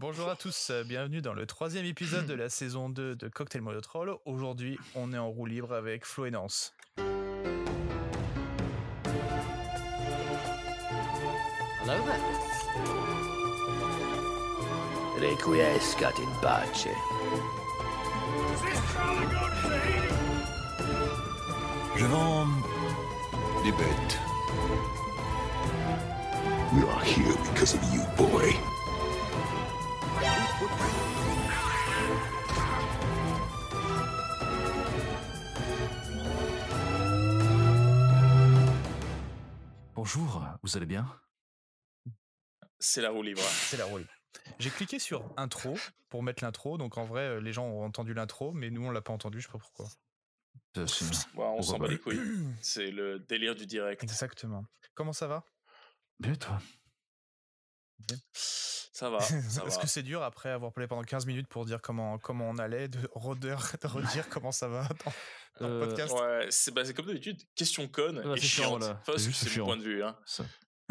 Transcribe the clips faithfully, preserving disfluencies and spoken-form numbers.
Bonjour à tous, euh, bienvenue dans le troisième épisode de la saison deux de Cocktail Mode Troll. Aujourd'hui, on est en roue libre avec Flo et Nance. Hello there. Requiescat in pace. Je vends des bêtes. We are here because of you, boy. Bonjour, vous allez bien? C'est la roue libre. C'est la roue libre. J'ai cliqué sur intro pour mettre l'intro, donc en vrai, euh, les gens ont entendu l'intro, mais nous on l'a pas entendu, je sais pas pourquoi. Euh, c'est- Ouais, on s'en va bat les couilles. C'est le délire du direct. Exactement. Comment ça va? Bien, toi? Ça va, ça Parce va. que c'est dur après avoir parlé pendant quinze minutes pour dire comment, comment on allait, de, redire, de redire comment ça va dans, dans le Euh, podcast. Ouais, c'est bah, c'est comme d'habitude, question conne Ouais, et c'est chiant, chiante. voilà. Enfin, C'est c'est juste c'est mon chiant. point de vue. Hein. Ça.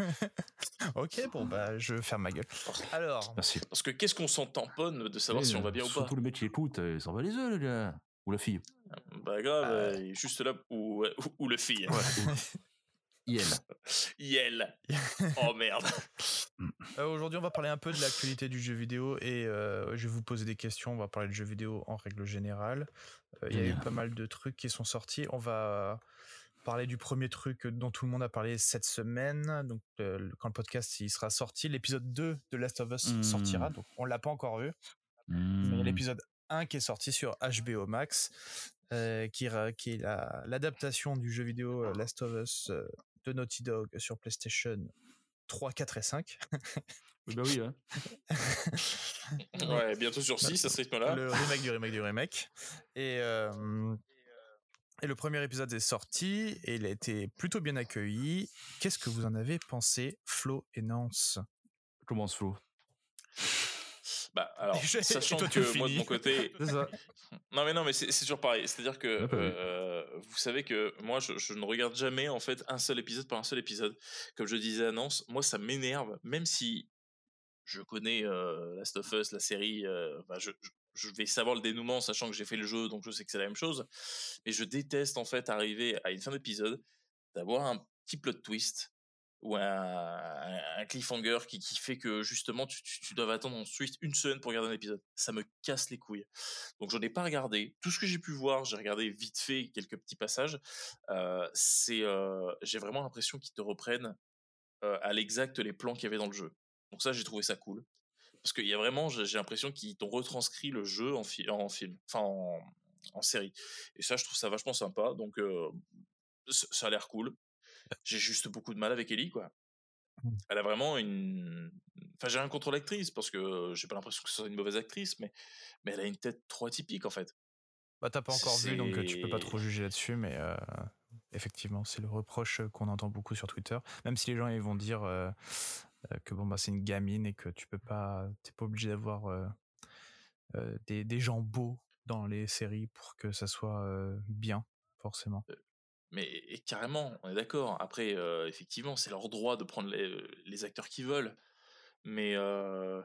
Ok, bon bah je ferme ma gueule. Alors, Merci. Parce que qu'est-ce qu'on s'en tamponne de savoir Eh, si on va bien ou pas? Surtout le mec qui écoute, euh, il s'en va les œufs, le gars. Ou la fille. Bah grave, Euh. euh, il est juste là où, ouais, où, où le fille. Yel. Yel. Oh merde. Euh, aujourd'hui, on va parler un peu de l'actualité du jeu vidéo et euh, je vais vous poser des questions. On va parler de jeux vidéo en règle générale. Euh, Il y a eu Génial. pas mal de trucs qui sont sortis. On va parler du premier truc dont tout le monde a parlé cette semaine. Donc, euh, quand le podcast il sera sorti, l'épisode deux de Last of Us Mm. sortira. Donc, on l'a pas encore vu. Mm. Mais il y a l'épisode un qui est sorti sur H B O Max, euh, qui, ra- qui est la- l'adaptation du jeu vidéo euh, Last of Us euh, de Naughty Dog sur PlayStation trois, quatre et cinq. Oui, bah oui, hein. Ouais, bientôt sur six à ce rythme-là. Le remake du remake du remake. Et, euh, et le premier épisode est sorti et il a été plutôt bien accueilli. Qu'est-ce que vous en avez pensé, Flo et Nance? Commence, Flo. Bah alors, Et je- et sachant toi, que tu moi de finis. mon côté, C'est ça. non mais non mais c'est c'est toujours pareil. C'est-à-dire que Ouais, pas vu. euh, vous savez que moi je, je ne regarde jamais en fait un seul épisode par un seul épisode. Comme je disais à Nance, moi ça m'énerve, même si je connais euh, Last of Us, la série, euh, bah, je, je- je vais savoir le dénouement sachant que j'ai fait le jeu, donc je sais que c'est la même chose. Mais je déteste en fait arriver à une fin d'épisode, d'avoir un petit plot twist ou un, un- un cliffhanger qui, qui fait que justement tu, tu, tu dois attendre ensuite une semaine pour regarder un épisode. Ça me casse les couilles. Donc je n'ai pas regardé. Tout ce que j'ai pu voir, j'ai regardé vite fait quelques petits passages. Euh, c'est, euh, j'ai vraiment l'impression qu'ils te reprennent euh, à l'exact les plans qu'il y avait dans le jeu. Donc ça, j'ai trouvé ça cool. Parce qu'il y a vraiment, j'ai j'ai l'impression qu'ils t'ont retranscrit le jeu en, fi- en film, enfin en, en série. Et ça, je trouve ça vachement sympa. Donc euh, ça ça a l'air cool. J'ai juste beaucoup de mal avec Ellie, quoi. Elle a vraiment une. Enfin, j'ai rien contre l'actrice parce que j'ai pas l'impression que ce soit une mauvaise actrice, mais, mais elle a une tête trop atypique en fait. Bah, t'as pas encore vu, donc euh, tu peux pas C'est- trop juger là-dessus, mais euh, effectivement, c'est le reproche qu'on entend beaucoup sur Twitter. Même si les gens ils vont dire euh, euh, que bon bah c'est une gamine et que tu peux pas, t'es pas obligé d'avoir euh, euh, des, des gens beaux dans les séries pour que ça soit euh, bien, forcément. Mais et carrément, on est d'accord. Après, euh, effectivement, c'est leur droit de prendre les, les acteurs qu'ils veulent. Mais euh,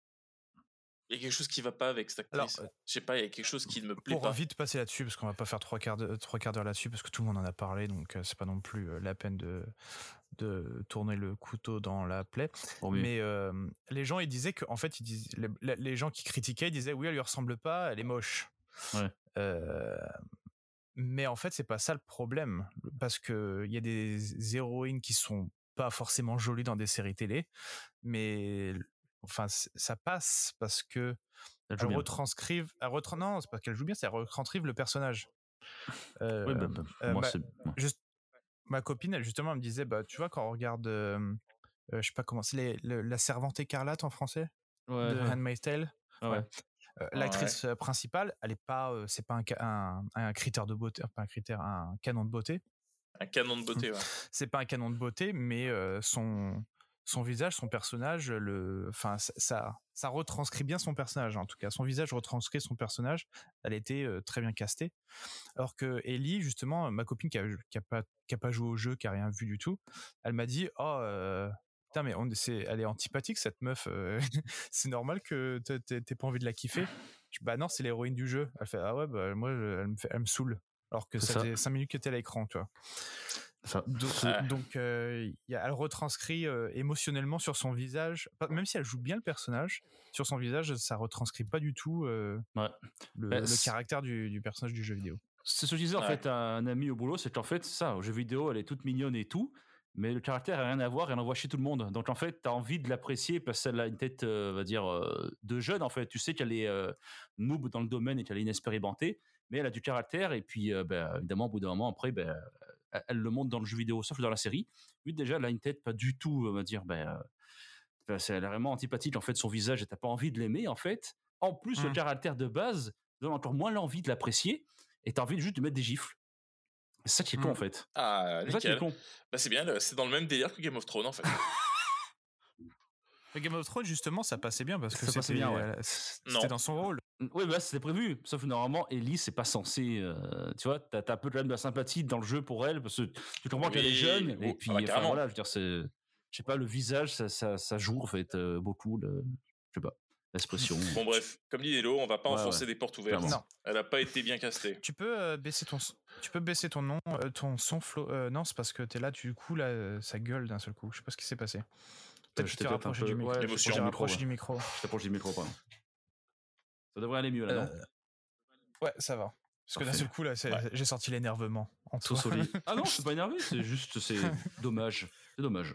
il y a quelque chose qui va pas avec cette actrice. Alors, euh, Je sais pas, il y a quelque chose qui ne me plaît Pour pas. vite passer là-dessus, parce qu'on va pas faire trois quarts de- trois quarts d'heure là-dessus, parce que tout le monde en a parlé, donc euh, c'est pas non plus euh, la peine de, de tourner le couteau dans la plaie. Bon, mais- Mais euh, les gens, ils disaient que, en fait, ils disaient, les, les gens qui critiquaient, ils disaient oui, elle lui ressemble pas, elle est moche. Ouais. Euh, mais en fait, c'est pas ça le problème, parce que il y a des héroïnes qui sont pas forcément jolies dans des séries télé, mais enfin, c- ça passe parce que Elle joue elles bien. retranscrivent, elles retran- non, c'est pas qu'elles jouent bien, c'est elles retranscrivent le personnage. Euh, Ouais, bah, bah, euh, moi, ma, c'est. ouais. juste, ma copine, elle justement, elle me disait, bah, tu vois, quand on regarde, euh, euh, je sais pas comment, c'est les- le- la Servante écarlate en français Ouais, de ouais. Handmaid's Tale. Ah ouais. Euh, L'actrice euh, principale, elle est pas, euh, c'est pas un, ca- un, un critère de beauté, pas un critère, un canon de beauté. Un canon de beauté, ouais. C'est pas un canon de beauté, mais euh, son son visage, son personnage, le, enfin ça, ça ça retranscrit bien son personnage. En tout cas, son visage retranscrit son personnage. Elle était euh, très bien castée. Alors que Ellie, justement, ma copine qui a, qui a pas qui a pas joué au jeu, qui a rien vu du tout, elle m'a dit oh euh, putain, mais on, c'est, elle est antipathique cette meuf. euh, c'est normal que t'aies, t'aies- t'aies pas envie de la kiffer. Je, bah non, c'est l'héroïne du jeu. Elle fait ah ouais, bah moi je- elle me, fait, elle me saoule. Alors que C'est ça ça. faisait cinq minutes qu'elle était à l'écran, tu vois. Ça. Donc, Ah. donc euh, y a- elle retranscrit euh, émotionnellement sur son visage, pas- même si elle joue bien le personnage, sur son visage, ça retranscrit pas du tout euh, Ouais. le, Bah, le c'est- caractère du, du personnage du jeu vidéo. C'est ce que je disais en Ouais. fait à un ami au boulot, c'est qu'en fait, ça, au jeu vidéo, elle est toute mignonne et tout, mais le caractère a rien à voir, elle envoie chez tout le monde. Donc en fait, t'as envie de l'apprécier parce qu'elle a une tête, euh, on va dire, euh, de jeune en fait. Tu sais qu'elle est euh, noob dans le domaine et qu'elle est inexpérimentée, mais elle a du caractère et puis euh, ben, évidemment, au bout d'un moment, après, ben, elle, elle le montre dans le jeu vidéo, sauf que dans la série. Lui, déjà, elle a une tête pas du tout, on va dire, ben, euh, ben, c'est- elle est vraiment antipathique en fait, son visage, et t'as pas envie de l'aimer en fait. En plus, le Mm. caractère de base donne encore moins l'envie de l'apprécier et t'as envie juste de mettre des gifles. C'est ça qui est con Mm. en fait. Ah, C'est ça qui est nickel. con. Bah, c'est bien, le- c'est dans le même délire que Game of Thrones en fait. Le Game of Thrones, justement, ça passait bien parce que Ça passait c'était, bien, ouais. euh, c'était Non. dans son rôle. Oui, bah c'était prévu. Sauf que normalement, Ellie, c'est pas censé. euh, tu vois, t'as, t'as un peu quand même de la sympathie dans le jeu pour elle parce que tu comprends qu'elle est Oui, jeune oui, et puis, ah bah, enfin carrément. voilà, je veux dire, c'est, je sais pas, le visage, ça, ça, ça joue en fait euh, beaucoup. Le, je sais pas, l'expression. Bon, bref, comme dit Hello, on va pas Ouais, enfoncer ouais. des portes ouvertes. Clairement. Non. Elle a pas été bien castée. Tu peux euh, baisser ton, tu peux baisser ton nom, euh, ton son Flo. euh, non, c'est parce que t'es là, du coup là, euh, ça gueule d'un seul coup. Je sais pas ce qui s'est passé. Peut-être que tu j'étais t'es peut-être un rapproché peu- du micro. ouais, L'émotion. J'ai du rapproché ouais. du micro. Je t'approche du micro, pardon. Ça devrait aller mieux là, non Euh, Ouais, ça va. Parce que d'un Parfait. seul coup là, c'est- Ouais. j'ai sorti l'énervement en Trop toi. solide. Ah non, je suis pas énervé, c'est juste, c'est dommage. C'est dommage.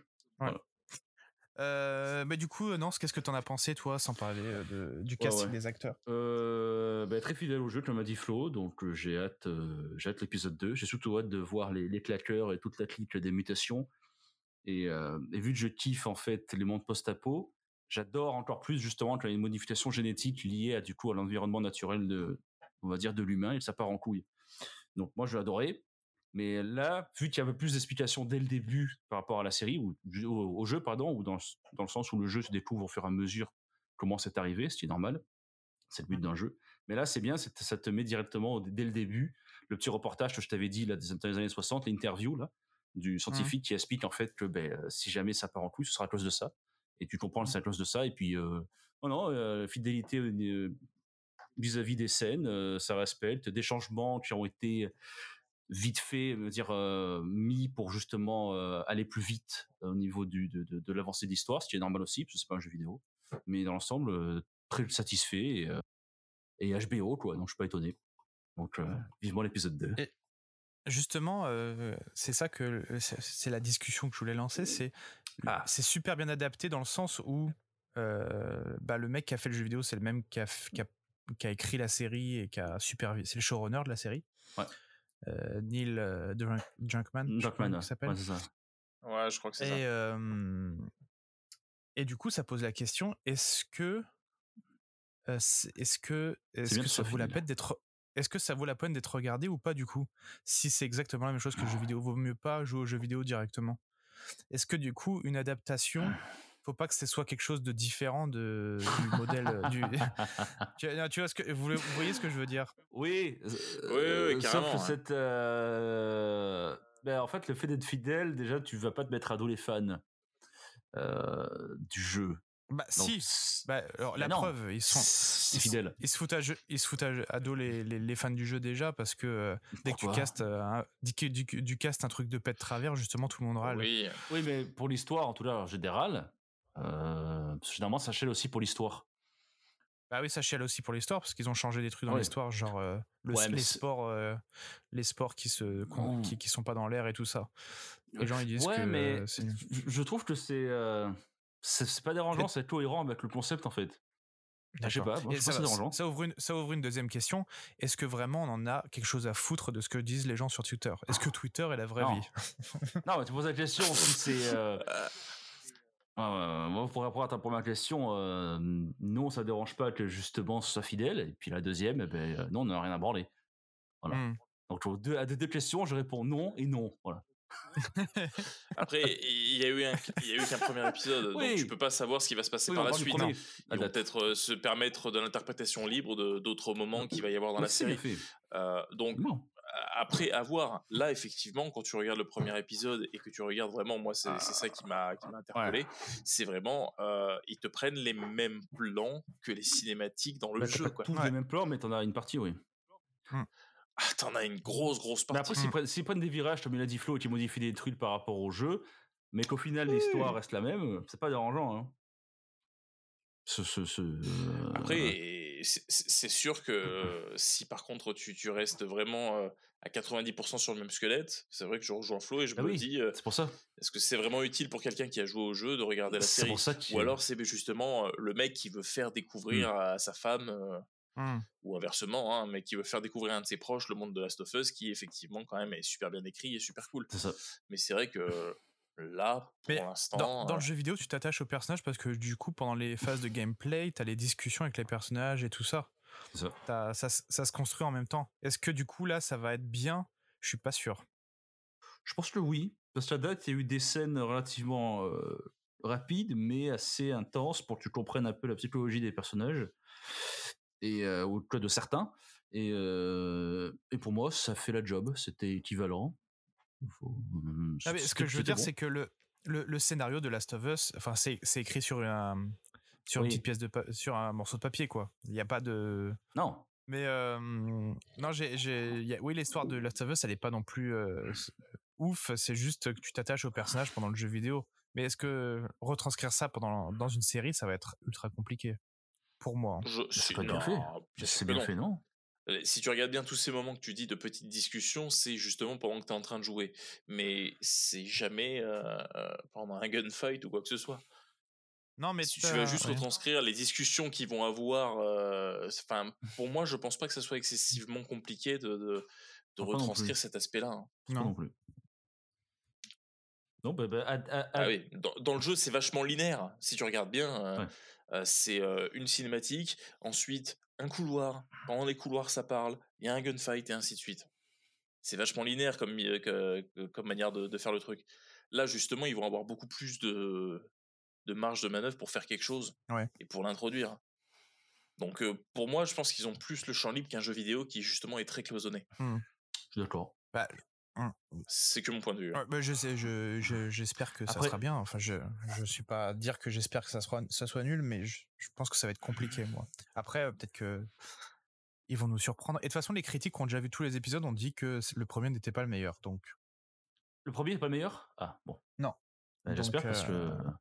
Euh, mais du coup, euh, Nance, qu'est-ce que t'en as pensé, toi, sans parler euh, de, du Ouais, casting ouais. des acteurs? Euh, bah, très fidèle au jeu, comme m'a dit Flo, donc euh, j'ai hâte, euh, j'ai hâte l'épisode deux. J'ai surtout hâte de voir les, les claqueurs et toute la clique des mutations. Et, euh, et vu que je kiffe en fait les mondes post-apo, j'adore encore plus justement quand il y a une modification génétique liée à du coup à l'environnement naturel de, on va dire, de l'humain, et ça part en couille. Donc moi je vais adorer. Mais là, vu qu'il y avait plus d'explications dès le début par rapport à la série, ou au, au jeu, pardon, ou dans, dans le sens où le jeu se découvre au fur et à mesure comment c'est arrivé, ce qui est normal, c'est le but d'un jeu. Mais là, c'est bien, c'est, ça te met directement dès le début le petit reportage que je t'avais dit là, dans les années soixante, l'interview là, du scientifique mmh. qui explique en fait que ben, si jamais ça part en couille, ce sera à cause de ça. Et tu comprends que c'est à cause de ça. Et puis, euh, non, non, euh, fidélité euh, vis-à-vis des scènes, euh, ça respecte. Des changements qui ont été vite fait, me dire euh, mis pour justement euh, aller plus vite euh, au niveau du, de, de, de l'avancée de l'histoire, ce qui est normal aussi parce que c'est pas un jeu vidéo, mais dans l'ensemble euh, très satisfait et, euh, et H B O quoi, donc je suis pas étonné. Donc euh, vivement l'épisode deux. Et justement, euh, c'est ça que c'est, c'est la discussion que je voulais lancer, c'est ah. c'est super bien adapté dans le sens où euh, bah, le mec qui a fait le jeu vidéo, c'est le même qui a, qui a, qui a écrit la série et qui a supervisé, c'est le showrunner de la série. Ouais. Euh, Neil euh, Drunk, Drunkman, Drunkman, ouais. s'appelle. Ouais, c'est ça. Ouais, je crois que c'est et, ça. Euh, et du coup, ça pose la question, est-ce que euh, est-ce que est-ce que ça vaut la peine d'être est-ce que ça vaut la peine d'être regardé ou pas du coup? Si c'est exactement la même chose que le jeu vidéo, vaut mieux pas jouer au jeu vidéo directement. Est-ce que du coup, une adaptation, faut pas que ce soit quelque chose de différent de, du modèle du tu, tu vois ce que vous, vous voyez ce que je veux dire? Oui, oui, oui, oui, carrément. Sauf que hein. cette, euh... ben, en fait, le fait d'être fidèle, déjà, tu vas pas te mettre à dos les fans euh, du jeu. Bah Donc, si, bah, alors, la non. preuve, ils sont c'est ils, fidèle. Ils se foutent à, ils se foutent à dos les, les, les fans du jeu déjà parce que euh, dès que tu castes, euh, du, du, du cast un truc de pète travers, justement tout le monde râle. Oui, oui mais pour l'histoire, en tout cas en général, euh, généralement ça chiale aussi pour l'histoire. Bah oui, ça chiale aussi pour l'histoire parce qu'ils ont changé des trucs dans ouais. l'histoire, genre euh, le, ouais, les sports, euh, les sports qui se, mmh. qui, qui sont pas dans l'air et tout ça. Les gens ils disent ouais, que mais euh, c'est... je trouve que c'est euh... C'est, c'est pas dérangeant, c'est cohérent avec le concept en fait. Je sais pas, moi, je ça, c'est dérangeant. Ça ouvre, une, ça ouvre une deuxième question. Est-ce que vraiment on en a quelque chose à foutre de ce que disent les gens sur Twitter? Est-ce que Twitter est la vraie non. vie? Non, mais tu poses la question si c'est. Euh... Euh, moi, pour répondre à ta première question, euh, non, ça dérange pas que justement ce soit fidèle. Et puis la deuxième, eh ben, euh, non, on n'a rien à branler. Voilà. Mm. Donc deux, à deux, deux questions, je réponds non et non. Voilà. Après, il y a eu un, il y a eu qu'un premier épisode, oui. donc tu peux pas savoir ce qui va se passer oui, par la suite. Ils vont peut-être euh, se permettre de l'interprétation libre de d'autres moments qu'il va y avoir dans mais la série. Euh, donc, non. après, à voir. Là, effectivement, quand tu regardes le premier épisode et que tu regardes vraiment, moi, c'est, c'est ça qui m'a, qui m'a interpellé. Ouais. C'est vraiment, euh, ils te prennent les mêmes plans que les cinématiques dans le bah, jeu. T'as pas Quoi. tous Ouais. les mêmes plans, mais t'en as une partie, oui. Hmm. Ah, t'en as une grosse, grosse partie. Mais après, s'ils, hmm. prennent, s'ils prennent des virages, comme il a dit Flo, et qu'ils modifient des trucs par rapport au jeu, mais qu'au final, oui. l'histoire reste la même, c'est pas dérangeant. Hein. Ce, ce, ce, euh... Après, c'est, c'est sûr que euh, si par contre tu, tu restes vraiment euh, à quatre-vingt-dix pour cent sur le même squelette, c'est vrai que je rejoins Flo et je ah me oui, dis, euh, c'est pour ça. Est-ce que c'est vraiment utile pour quelqu'un qui a joué au jeu de regarder la c'est série pour ça qu'il... Ou alors c'est justement euh, le mec qui veut faire découvrir mmh. à sa femme, euh, mmh. ou inversement, hein, mais qui veut faire découvrir à un de ses proches le monde de Last of Us, qui effectivement quand même est super bien écrit et super cool. C'est ça. Mais c'est vrai que... Là, pour mais l'instant... Dans, dans euh... le jeu vidéo, tu t'attaches aux personnages parce que du coup, pendant les phases de gameplay, t'as les discussions avec les personnages et tout ça. C'est ça. T'as, ça. Ça se construit en même temps. Est-ce que du coup, là, ça va être bien ? Je suis pas sûr. Je pense que oui. Parce qu'à date, il y a eu des scènes relativement euh, rapides, mais assez intenses pour que tu comprennes un peu la psychologie des personnages, et, euh, ou de certains. Et, euh, et pour moi, ça fait la job. C'était équivalent. Faut... Ah, mais ce que je veux dire, bon. c'est que le, le, le scénario de Last of Us, enfin, c'est, c'est écrit sur, un, sur oui. une petite pièce de pa- sur un morceau de papier, quoi. Il n'y a pas de. Non. Mais euh, non, j'ai, j'ai, y a, oui, l'histoire de Last of Us, elle n'est pas non plus euh, ouf. C'est juste que tu t'attaches au personnage pendant le jeu vidéo. Mais est-ce que retranscrire ça pendant dans une série, ça va être ultra compliqué pour moi. Hein. Je, c'est pas bien fait. C'est bien fait, non. Si tu regardes bien tous ces moments que tu dis de petites discussions, c'est justement pendant que tu es en train de jouer. Mais c'est jamais euh, pendant un gunfight ou quoi que ce soit. Non, mais si tu vas juste ouais. retranscrire les discussions qu'ils vont avoir, enfin, euh, pour moi, je pense pas que ça soit excessivement compliqué de, de, de retranscrire cet aspect-là. Hein. Non. non plus. Non, bah, bah, à, à, à... Ah oui, dans, dans le jeu, c'est vachement linéaire. Si tu regardes bien, euh, ouais. euh, c'est euh, une cinématique, ensuite un couloir. Pendant les couloirs, ça parle. Il y a un gunfight et ainsi de suite. C'est vachement linéaire comme, euh, comme manière de, de faire le truc. Là, justement, ils vont avoir beaucoup plus de, de marge de manœuvre pour faire quelque chose ouais. et pour l'introduire. Donc, euh, pour moi, je pense qu'ils ont plus le champ libre qu'un jeu vidéo qui, justement, est très cloisonné. Mmh. Je suis d'accord. Bah, c'est que mon point de vue. Ouais, bah je sais, je, je, j'espère que ça Après, sera bien. Enfin, je, je suis pas à dire que j'espère que ça soit, ça soit nul, mais je, je pense que ça va être compliqué, moi. Après, euh, peut-être que ils vont nous surprendre. Et de toute façon, les critiques qui ont déjà vu tous les épisodes ont dit que le premier n'était pas le meilleur, donc. Le premier n'est pas le meilleur ? Ah, bon. Non. Bah, j'espère donc, parce euh... que.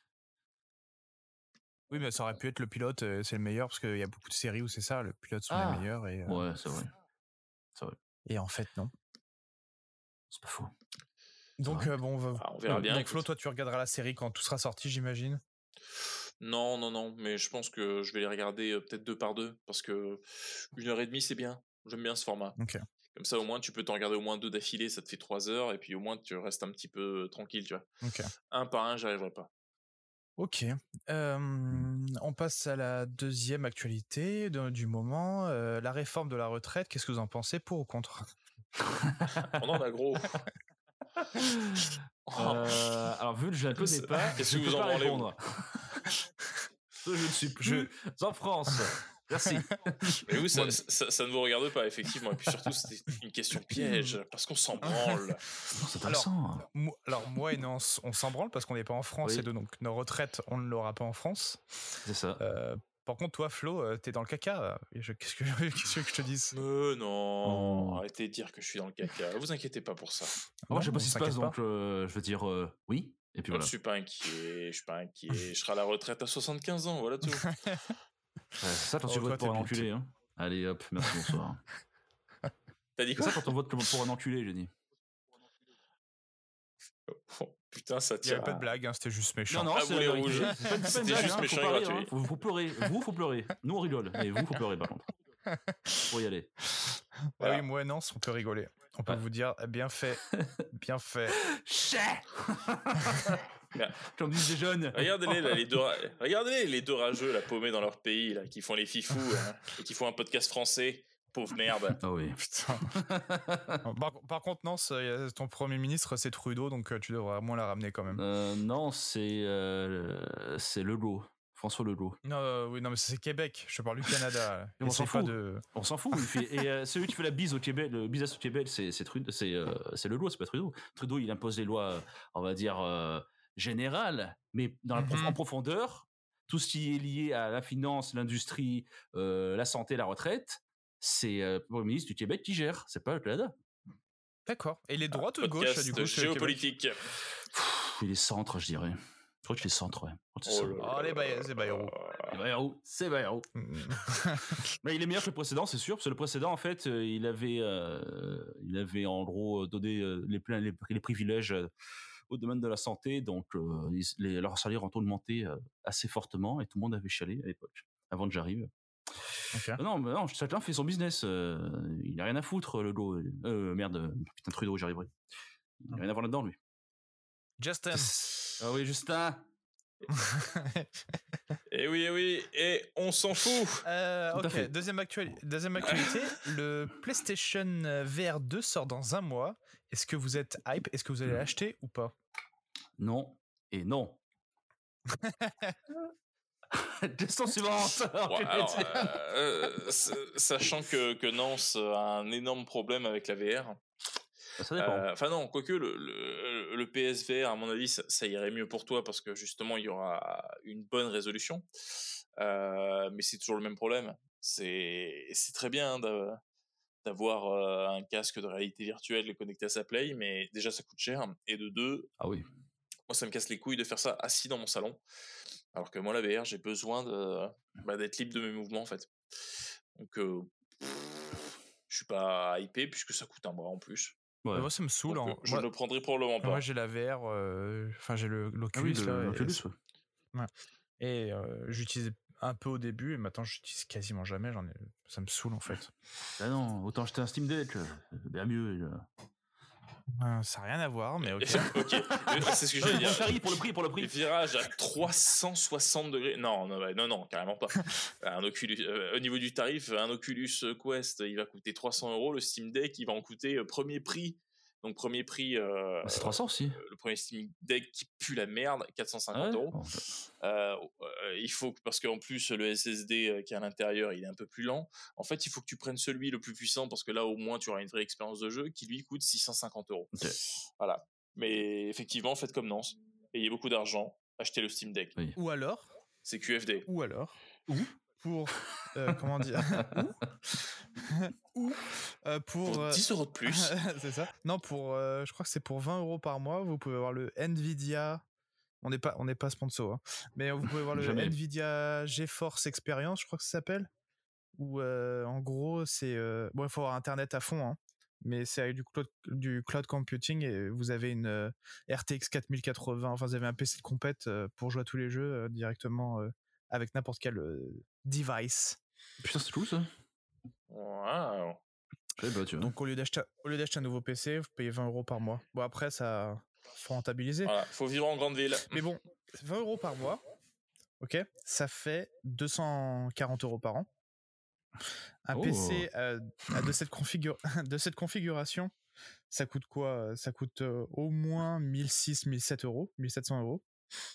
Oui, mais ça aurait pu être le pilote, euh, c'est le meilleur, parce qu'il y a beaucoup de séries où c'est ça, le pilote sont ah, les meilleurs. Et, euh... ouais, c'est vrai. c'est vrai. Et en fait, non. C'est pas faux. Donc, euh, bon, on, va... ah, on verra bien. Donc, Flo, toi, tu regarderas la série quand tout sera sorti, j'imagine ? Non, non, non, mais je pense que je vais les regarder euh, peut-être deux par deux, parce que une heure et demie, c'est bien. J'aime bien ce format. Okay. Comme ça, au moins, tu peux t'en regarder au moins deux d'affilée, ça te fait trois heures, et puis au moins, tu restes un petit peu euh, tranquille, tu vois. Okay. Un par un, j'arriverai pas. Ok. Euh, on passe à la deuxième actualité de, du moment, euh, la réforme de la retraite. Qu'est-ce que vous en pensez, pour ou contre ? On en a gros. euh, alors, vu que je la connais pas, qu'est-ce je que peux vous en pas branlez, répondre. Je ne suis plus je... en France. Merci. Mais oui, ça, ça, ça ne vous regarde pas, effectivement. Et puis surtout, c'était une question piège, parce qu'on s'en branle. C'est intéressant. Alors, moi, alors, moi et nous, on, on s'en branle parce qu'on n'est pas en France, oui. Et donc nos retraites, on ne l'aura pas en France. C'est ça. Euh, par contre, toi, Flo, t'es dans le caca. Je, qu'est-ce, que, qu'est-ce que je te dise ? euh, Non, oh. Arrêtez de dire que je suis dans le caca. Vous inquiétez pas pour ça. Ah, moi, je sais pas ce qui se passe, donc euh, je veux dire euh, oui. Et puis non, voilà. Je suis pas inquiet, je suis pas inquiet. Je serai à la retraite à soixante-quinze ans, voilà tout. Ouais, c'est ça quand tu oh, votes pour un enculé. Hein. Allez hop, merci, bonsoir. T'as dit quoi ? C'est ça quand on vote pour un enculé, j'ai dit. Oh, putain, ça tient. Il n'y avait pas de blague, hein, c'était juste méchant. Non, non, ah, c'est les rouges. C'est pas, c'était blague, juste hein, méchant faut et parler, gratuit. Hein, faut, faut pleurer. Vous, faut pleurer. Nous, on rigole. Mais vous, faut pleurer, par contre. Faut y aller. Voilà. Ah oui, moi, non, on peut rigoler. On peut ouais. vous dire, bien fait. Bien fait. Chais. Comme disent les jeunes. Regardez-les, là, les deux, regardez-les, les deux rageux, là, paumés dans leur pays, là, qui font les fifous, hein, et qui font un podcast français. Pauvre merde. Ah oh oui. Putain. par, par contre, non, c'est, ton premier ministre, c'est Trudeau, donc tu devrais moins la ramener quand même. Euh, non, c'est, euh, c'est Legault. François Legault. Non, euh, oui, non, mais c'est Québec. Je parle du Canada. Mais on s'en Essaye pas fout. de. On s'en fout. il fait- Et euh, celui qui fait la bise au Québec, le bisasse au Québec, c'est c'est Trudeau, c'est euh, c'est Legault, c'est pas Trudeau. Trudeau, il impose les lois, euh, on va dire euh, générales, mais dans la prof- Mhm. en profondeur, tout ce qui est lié à la finance, l'industrie, euh, la santé, la retraite, c'est euh, le Premier ministre du Québec qui gère. C'est pas le Canada. D'accord. Et les droites ou de gauche, Podcast du coup, chez le Québec géopolitique. Pff, il est centre, je dirais. Je crois que les centres, ouais. Je crois que c'est Oh ça. là Oh, les Baye- c'est Bayrou. C'est Bayrou, c'est Bayrou. Mais il est meilleur que le précédent, c'est sûr, parce que le précédent, en fait, euh, il avait, euh, il avait en gros donné euh, les, pleins- les, les privilèges euh, au domaine de la santé, donc euh, ils- les, leurs salaires ont augmenté euh, assez fortement et tout le monde avait chialé à l'époque, avant que j'arrive. Ok. Euh, Non, mais non, chacun fait son business. euh, il n'a rien à foutre, le go. Euh, merde, euh, putain, Trudeau, j'y arriverai. Il n'a rien à voir là-dedans, lui. Justin. Ah oui, Justin. Et oui, et oui, et on s'en fout. Euh, Tout à ok, fait. deuxième, actuali- deuxième actualité, le PlayStation V R deux sort dans un mois. Est-ce que vous êtes hype? Est-ce que vous allez l'acheter ou pas? Non et non. Question suivante. Bon, alors, euh, euh, s- sachant que, que Nance a un énorme problème avec la V R. Ça dépend. Euh, Enfin non, quoique le, le, le P S V R, à mon avis, ça, ça irait mieux pour toi parce que justement, il y aura une bonne résolution. Euh, mais c'est toujours le même problème. C'est c'est très bien d'a- d'avoir euh, un casque de réalité virtuelle connecté à sa Play, mais déjà, ça coûte cher. Et de deux, Ah oui. moi, ça me casse les couilles de faire ça assis dans mon salon. Alors que moi, la V R, j'ai besoin de bah, d'être libre de mes mouvements, en fait. Donc, euh, pff, je suis pas hypé puisque ça coûte un bras en plus. Ouais. Moi, ça me saoule. Donc, en- euh, je moi, ne le prendrai probablement pas. moi, j'ai la V R, euh, enfin, j'ai le- Ah oui, l'Oculus. le- là, et- l'Oculus, ouais. Et euh, j'utilisais un peu au début, et maintenant, j'utilise quasiment jamais. J'en ai... Ça me saoule, en fait. Ah non, autant acheter un Steam Deck, euh, c'est bien mieux. et, euh. Euh, ça n'a rien à voir, mais ok. Ok, mais c'est ce que Non, j'allais mais dire. pour le prix, pour le prix, pour le prix. Virage à trois cent soixante degrés. Non, non, ouais, non, non, carrément pas. Un Oculus, euh, au niveau du tarif, un Oculus Quest, il va coûter trois cents euros. Le Steam Deck, il va en coûter euh, premier prix. Donc premier prix, euh, C'est trois cents aussi. le premier Steam Deck qui pue la merde, quatre cent cinquante Ah ouais euros. Bon, Euh, euh, il faut que- parce qu'en plus le S S D euh, qui est à l'intérieur, il est un peu plus lent. En fait, il faut que tu prennes celui le plus puissant parce que là, au moins, tu auras une vraie expérience de jeu qui lui coûte six cent cinquante euros. Ok. Voilà. Mais effectivement, faites comme Nance, ayez beaucoup d'argent, achetez le Steam Deck. Oui. Ou alors, C'est Q F D. ou alors, pour euh, comment dire, ou euh, pour, Pour euh, dix euros de plus. c'est ça. Non, pour, euh, je crois que c'est pour vingt euros par mois. Vous pouvez avoir le Nvidia. On n'est pas, on n'est pas sponsor, hein. Mais vous pouvez voir le Jamais. Nvidia GeForce Experience, je crois que ça s'appelle. Où euh, en gros, c'est euh, bon, il faut avoir Internet à fond, hein. Mais c'est avec du cloud, du cloud computing et vous avez une euh, R T X quatre mille quatre-vingts. Enfin, vous avez un P C de compète euh, pour jouer à tous les jeux euh, directement euh, avec n'importe quel euh, device. Putain, c'est cool ça. Wow. Eh bah, tu vois. Donc au lieu d'acheter, au lieu d'acheter un nouveau P C, vous payez vingt euros par mois. Bon après, ça faut rentabiliser. Voilà, faut vivre en grande ville. Mais bon, vingt euros par mois, ok, ça fait deux cent quarante euros par an. Un Oh. P C euh, de, cette configura- de cette configuration, ça coûte quoi? Ça coûte euh, au moins mille six cents, mille sept cents euros, mille sept cents euros.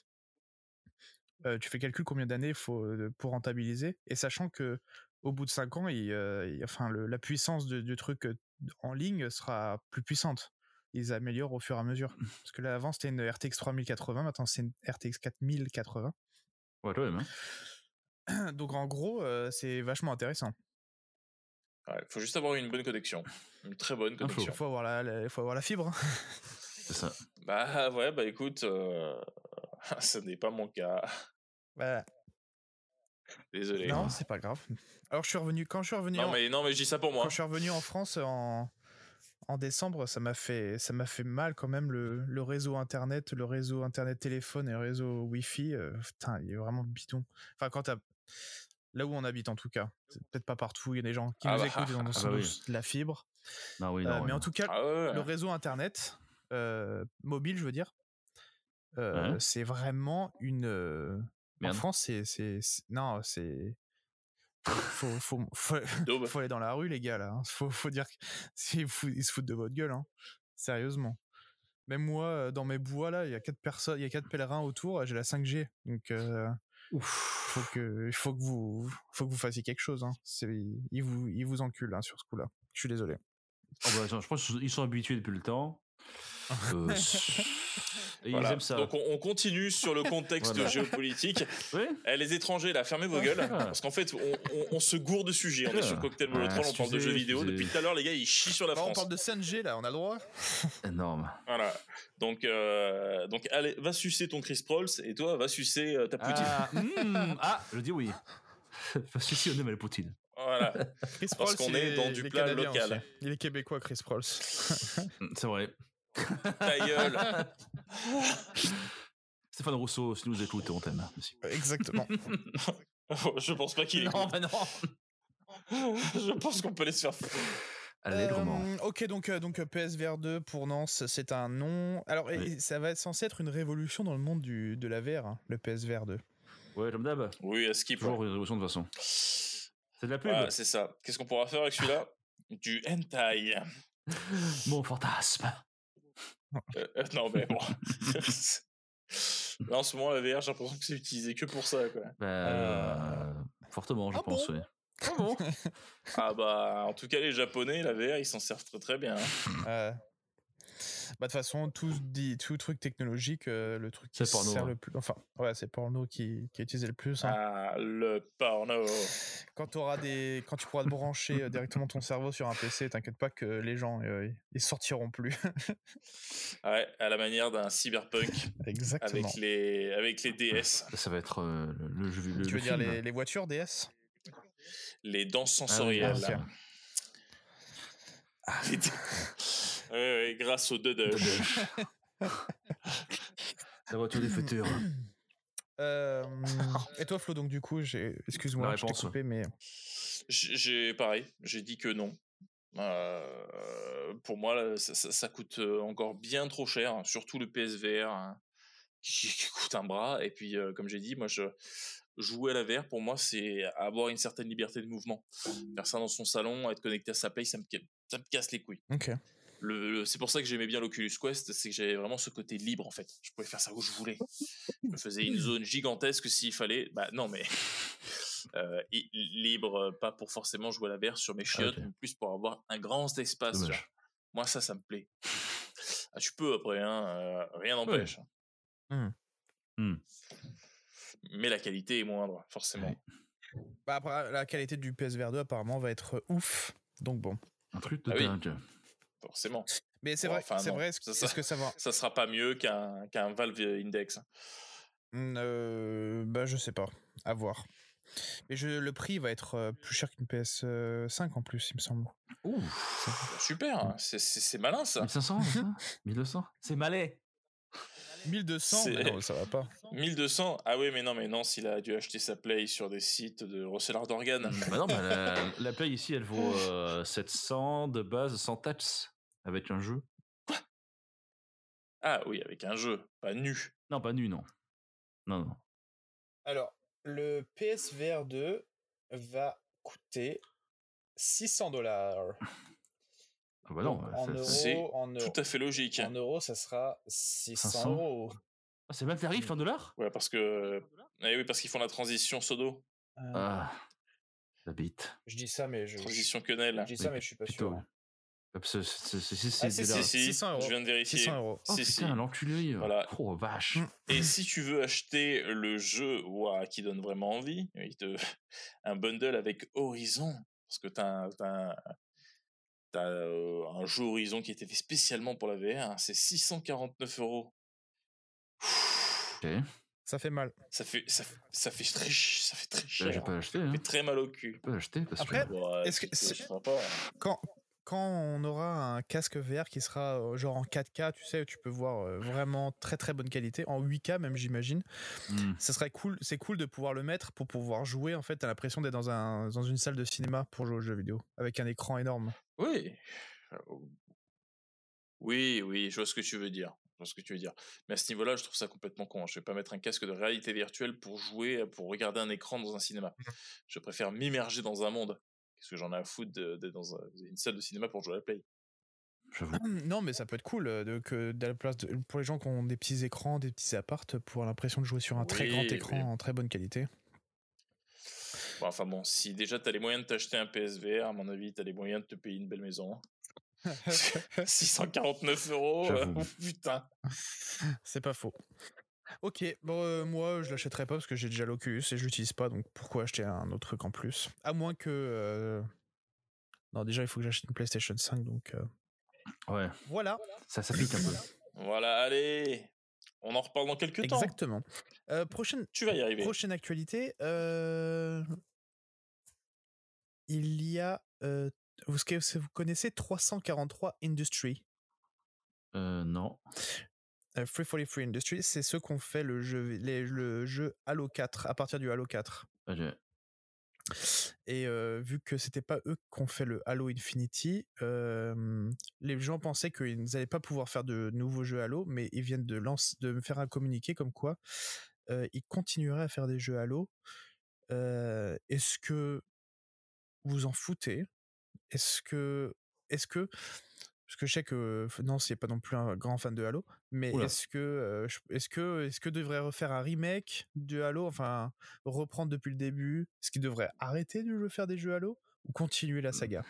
Euh, tu fais calcul combien d'années il faut euh, pour rentabiliser, et sachant que au bout de cinq ans, il, euh, il- enfin, le- la puissance de- du truc euh, en ligne sera plus puissante. Ils améliorent au fur et à mesure. Parce que là, avant, c'était une R T X trois mille quatre-vingts, maintenant, c'est une R T X quatre mille quatre-vingts. Ouais, quand même. Hein. Donc, en gros, euh, c'est vachement intéressant. Il faut juste avoir une bonne connexion. Une très bonne Il faut. connexion. Il faut avoir la, la- il faut avoir la fibre. C'est ça. Bah ouais, bah écoute, euh, ce n'est pas mon cas. Voilà. Désolé. Non, c'est pas grave. Alors, je suis revenu. Quand je suis revenu, Non, en, mais, non, mais je dis ça pour moi. quand je suis revenu en France en, en décembre, ça m'a fait, ça m'a fait mal quand même le, le réseau internet, le réseau internet téléphone et le réseau Wi-Fi. euh, putain, il est vraiment bidon. Enfin, quand t'as là où on habite en tout cas, c'est peut-être pas partout. Il y a des gens qui Ah nous bah, écoutent et ont ah sans bah doute oui. de la fibre. Non, oui, Euh, non. mais oui, en tout cas, Ah ouais. le réseau internet euh, mobile, je veux dire, euh, Ouais. c'est vraiment une. euh, en Merde. France, c'est, c'est, c'est- non, c'est. Faut, faut, faut, Daube. faut aller dans la rue, les gars, là. hein. Faut, faut dire qu'ils se foutent de votre gueule, hein. Sérieusement. Même moi, euh, dans mes bois, là, il y a quatre personnes, il y a quatre pèlerins autour, j'ai la cinq G. Donc, euh, Ouf. Faut que, il faut que vous, faut que vous fassiez quelque chose. Hein. C'est, ils vous, ils vous enculent hein, sur ce coup-là. Je suis désolé. Oh bah, attends, je pense qu'ils sont habitués depuis le temps. Euh, et Voilà. ils aiment ça. Donc on, on continue sur le contexte Voilà. géopolitique. Oui. Eh, les étrangers, là, fermez vos gueules, parce qu'en fait, on, on, on se gourde de sujets. On est sur Cocktail Molotov, Ouais, on parle de excusez, jeux vidéo. excusez. Depuis tout à l'heure, les gars, ils chient sur la Non, on France. parle de cinq G là, on a le droit. Énorme. Voilà. Donc, euh, donc, allez, va sucer ton Chris Prolls et toi, va sucer euh, ta Poutine. Ah, mm, ah, je dis oui. Parce que si on aime la Poutine. Voilà. Chris Parce Prolls, qu'on il est dans du il plat Canadien local. aussi. Il est québécois, Chris Prolls. C'est vrai. Ta gueule. Stéphane Rousseau, si nous écoute, on t'aime. Merci. Exactement. Je pense pas qu'il est. Non, bah non. Je pense qu'on peut les se faire foutre. Allègrement. Euh, ok, donc, euh, donc euh, P S V R deux pour Nance, c'est un nom. Alors, Oui. et- ça va être censé être une révolution dans le monde du, de la V R, hein, le P S V R deux. Ouais, comme d'hab. Oui, à skip. Toujours Ouais. une révolution de toute façon. C'est de la pub. Voilà, c'est ça. Qu'est-ce qu'on pourra faire avec celui-là? Du hentai. Mon fantasme. Euh, euh, non, mais bon. Là, en ce moment, la V R, j'ai l'impression que c'est utilisé que pour ça, quoi. Bah, euh, fortement, je Ah pense, bon oui. Ah bon Ah bah, en tout cas, les Japonais, la V R, ils s'en servent très très bien. hein. Euh, Bah, de toute façon, tout, dit, tout truc technologique, euh, le truc qui C'est porno, sert hein. le plus. Enfin, ouais, c'est porno qui, qui est utilisé le plus. Hein. Ah, le porno. Quand, t'auras des, quand tu pourras te brancher euh, directement ton cerveau sur un P C, t'inquiète pas que les gens, euh, ils sortiront plus. Ouais, à la manière d'un cyberpunk Exactement. avec les, avec les D S. Ça va être euh, le, le jeu le, Tu le veux dire film. les, les voitures D S? Les danses Ah oui, sensorielles. ah, ok. Les dé- ouais, ouais, grâce au Dedush. La voiture des futurs. Euh, et toi, Flo, donc du coup, j'ai, excuse-moi, La je t'ai réponse. coupé, mais J'ai j'ai- pareil, j'ai dit que non. Euh, pour moi, là, ça, ça- ça coûte euh, encore bien trop cher, hein, surtout le P S V R hein, qui, qui coûte un bras. Et puis, euh, comme j'ai dit, moi, je jouer à la V R pour moi, c'est avoir une certaine liberté de mouvement. Faire ça dans son salon, être connecté à sa play, ça me, ca- ça me casse les couilles. ok. Le, le- c'est pour ça que j'aimais bien l'Oculus Quest, c'est que j'avais vraiment ce côté libre en fait. Je pouvais faire ça où je voulais. Je me faisais une zone gigantesque s'il fallait. Bah non mais euh, i- libre, pas pour forcément jouer à la V R sur mes chiottes, ok. mais plus pour avoir un grand espace. Dommage. genre. Moi ça, ça me plaît. Ah, tu peux après, hein, euh, rien n'empêche. Hmm. Hmm. Mais la qualité est moindre, forcément. Ouais. Bah, après, la qualité du P S V R deux apparemment va être euh, ouf. Donc bon. Un truc de Ah oui. dingue. Forcément. Mais c'est Bon, vrai, enfin, c'est non. vrai. Ça, Est-ce ça- est-ce que ça va? Ça sera pas mieux qu'un qu'un Valve Index. Hmm, euh, bah, je sais pas. À voir. Mais je, le prix va être euh, plus cher qu'une P S cinq en plus, il me semble. Ouh. Super, hein, c'est- c'est c'est malin ça. mille cinq cents, c'est ça mille deux cents. C'est malais. mille deux cents? C'est- Mais non, ça va pas. mille deux cents. Ah oui, mais non, mais non, s'il a dû acheter sa Play sur des sites de receleurs d'organes. Bah non, bah la, la Play ici, elle vaut euh, sept cents de base sans taxes avec un jeu. Ah oui, avec un jeu, pas nu. Non, pas nu, non. Non, non. Alors, le P S V R deux va coûter six cents dollars. Ah bah non. En ça- euros, ça- C'est en euros, Tout à fait logique. en euros, ça sera six cinq cents cents. euros. Ah, c'est le même tarif, un dollar. Ouais, parce que. Eh oui, parce qu'ils font la transition Sodo. Euh, Ah, la bite. je dis ça, mais je, je, Transition quenelle. dis ça, mais je suis pas Plutôt. sûr. hein. Ah, parce que c'est- c'est- c'est- Ah, c'est- si, c'est si, là. Si, si, six cents euros. je viens de vérifier. six cents euros. Oh Si, si. putain, l'enculé. Voilà. Oh vache. Mm. Et si tu veux acheter le jeu ouah, qui donne vraiment envie, il te... un bundle avec Horizon, parce que t'as un, t'as un, t'as, euh, un jeu Horizon qui a été fait spécialement pour la V R, hein, c'est six cent quarante-neuf euros. Ok. Ça fait mal. Ça fait, ça, fait- ça fait très, ch- ça fait très Bah, cher. je vais pas l'acheter. Ça Hein. fait très mal au cul. Je vais pas l'acheter parce Après, que. Bon, ouais, Est-ce que tu- c'est- je crois pas. Quand, quand on aura un casque V R qui sera euh, genre en quatre K, tu sais, où tu peux voir euh, vraiment très très bonne qualité, en huit K même j'imagine, Hmm. ça serait cool, c'est cool de pouvoir le mettre pour pouvoir jouer en fait, t'as l'impression d'être dans, un, dans une salle de cinéma pour jouer aux jeux vidéo, avec un écran énorme. Oui. Oui, oui, je vois ce que tu veux dire. Je vois ce que tu veux dire. Mais à ce niveau-là, je trouve ça complètement con. Je vais pas mettre un casque de réalité virtuelle pour jouer, pour regarder un écran dans un cinéma. Je préfère m'immerger dans un monde. Qu'est-ce que j'en ai à foutre de- d'être dans un- une salle de cinéma pour jouer à la play? J'avoue. Non, mais ça peut être cool euh, de, que de la place de- pour les gens qui ont des petits écrans, des petits appartes, pour l'impression de jouer sur un très grand Oui, écran oui. en très bonne qualité. Bon, enfin bon, si déjà t'as les moyens de t'acheter un P S V R, à mon avis, t'as les moyens de te payer une belle maison. six cent quarante-neuf euros, euh, J'avoue. putain. C'est pas faux. Ok, bon, euh, moi je l'achèterai pas parce que j'ai déjà l'Oculus et je l'utilise pas, donc pourquoi acheter un autre truc en plus? À moins que. euh, Non, déjà il faut que j'achète une PlayStation cinq, donc euh, Ouais, voilà. ça, ça pique un peu. Voilà, allez. On en reparle dans quelques temps. Exactement. Euh, prochaine, Tu vas y arriver. prochaine actualité. euh, Il y a. euh, Vous, est-ce que vous connaissez trois cent quarante-trois Industries? Euh, non. Euh, trois cent quarante-trois Industries, c'est ceux qui ont fait le jeu, les- le jeu Halo quatre, à partir du Halo quatre. Ah, j'ai- Et euh, vu que c'était pas eux qui ont fait le Halo Infinity, euh, les gens pensaient qu'ils n'allaient pas pouvoir faire de nouveaux jeux Halo, mais ils viennent de, lance, de me faire un communiqué comme quoi euh, ils continueraient à faire des jeux Halo. Euh, est-ce que vous en foutez? Est-ce que, est-ce que, parce que je sais que non, c'est pas non plus un grand fan de Halo, mais Oula. est-ce que, euh, je- est-ce que, est-ce que devrait refaire un remake de Halo, enfin reprendre depuis le début? Est-ce qu'il devrait arrêter de faire des jeux Halo ou continuer la saga?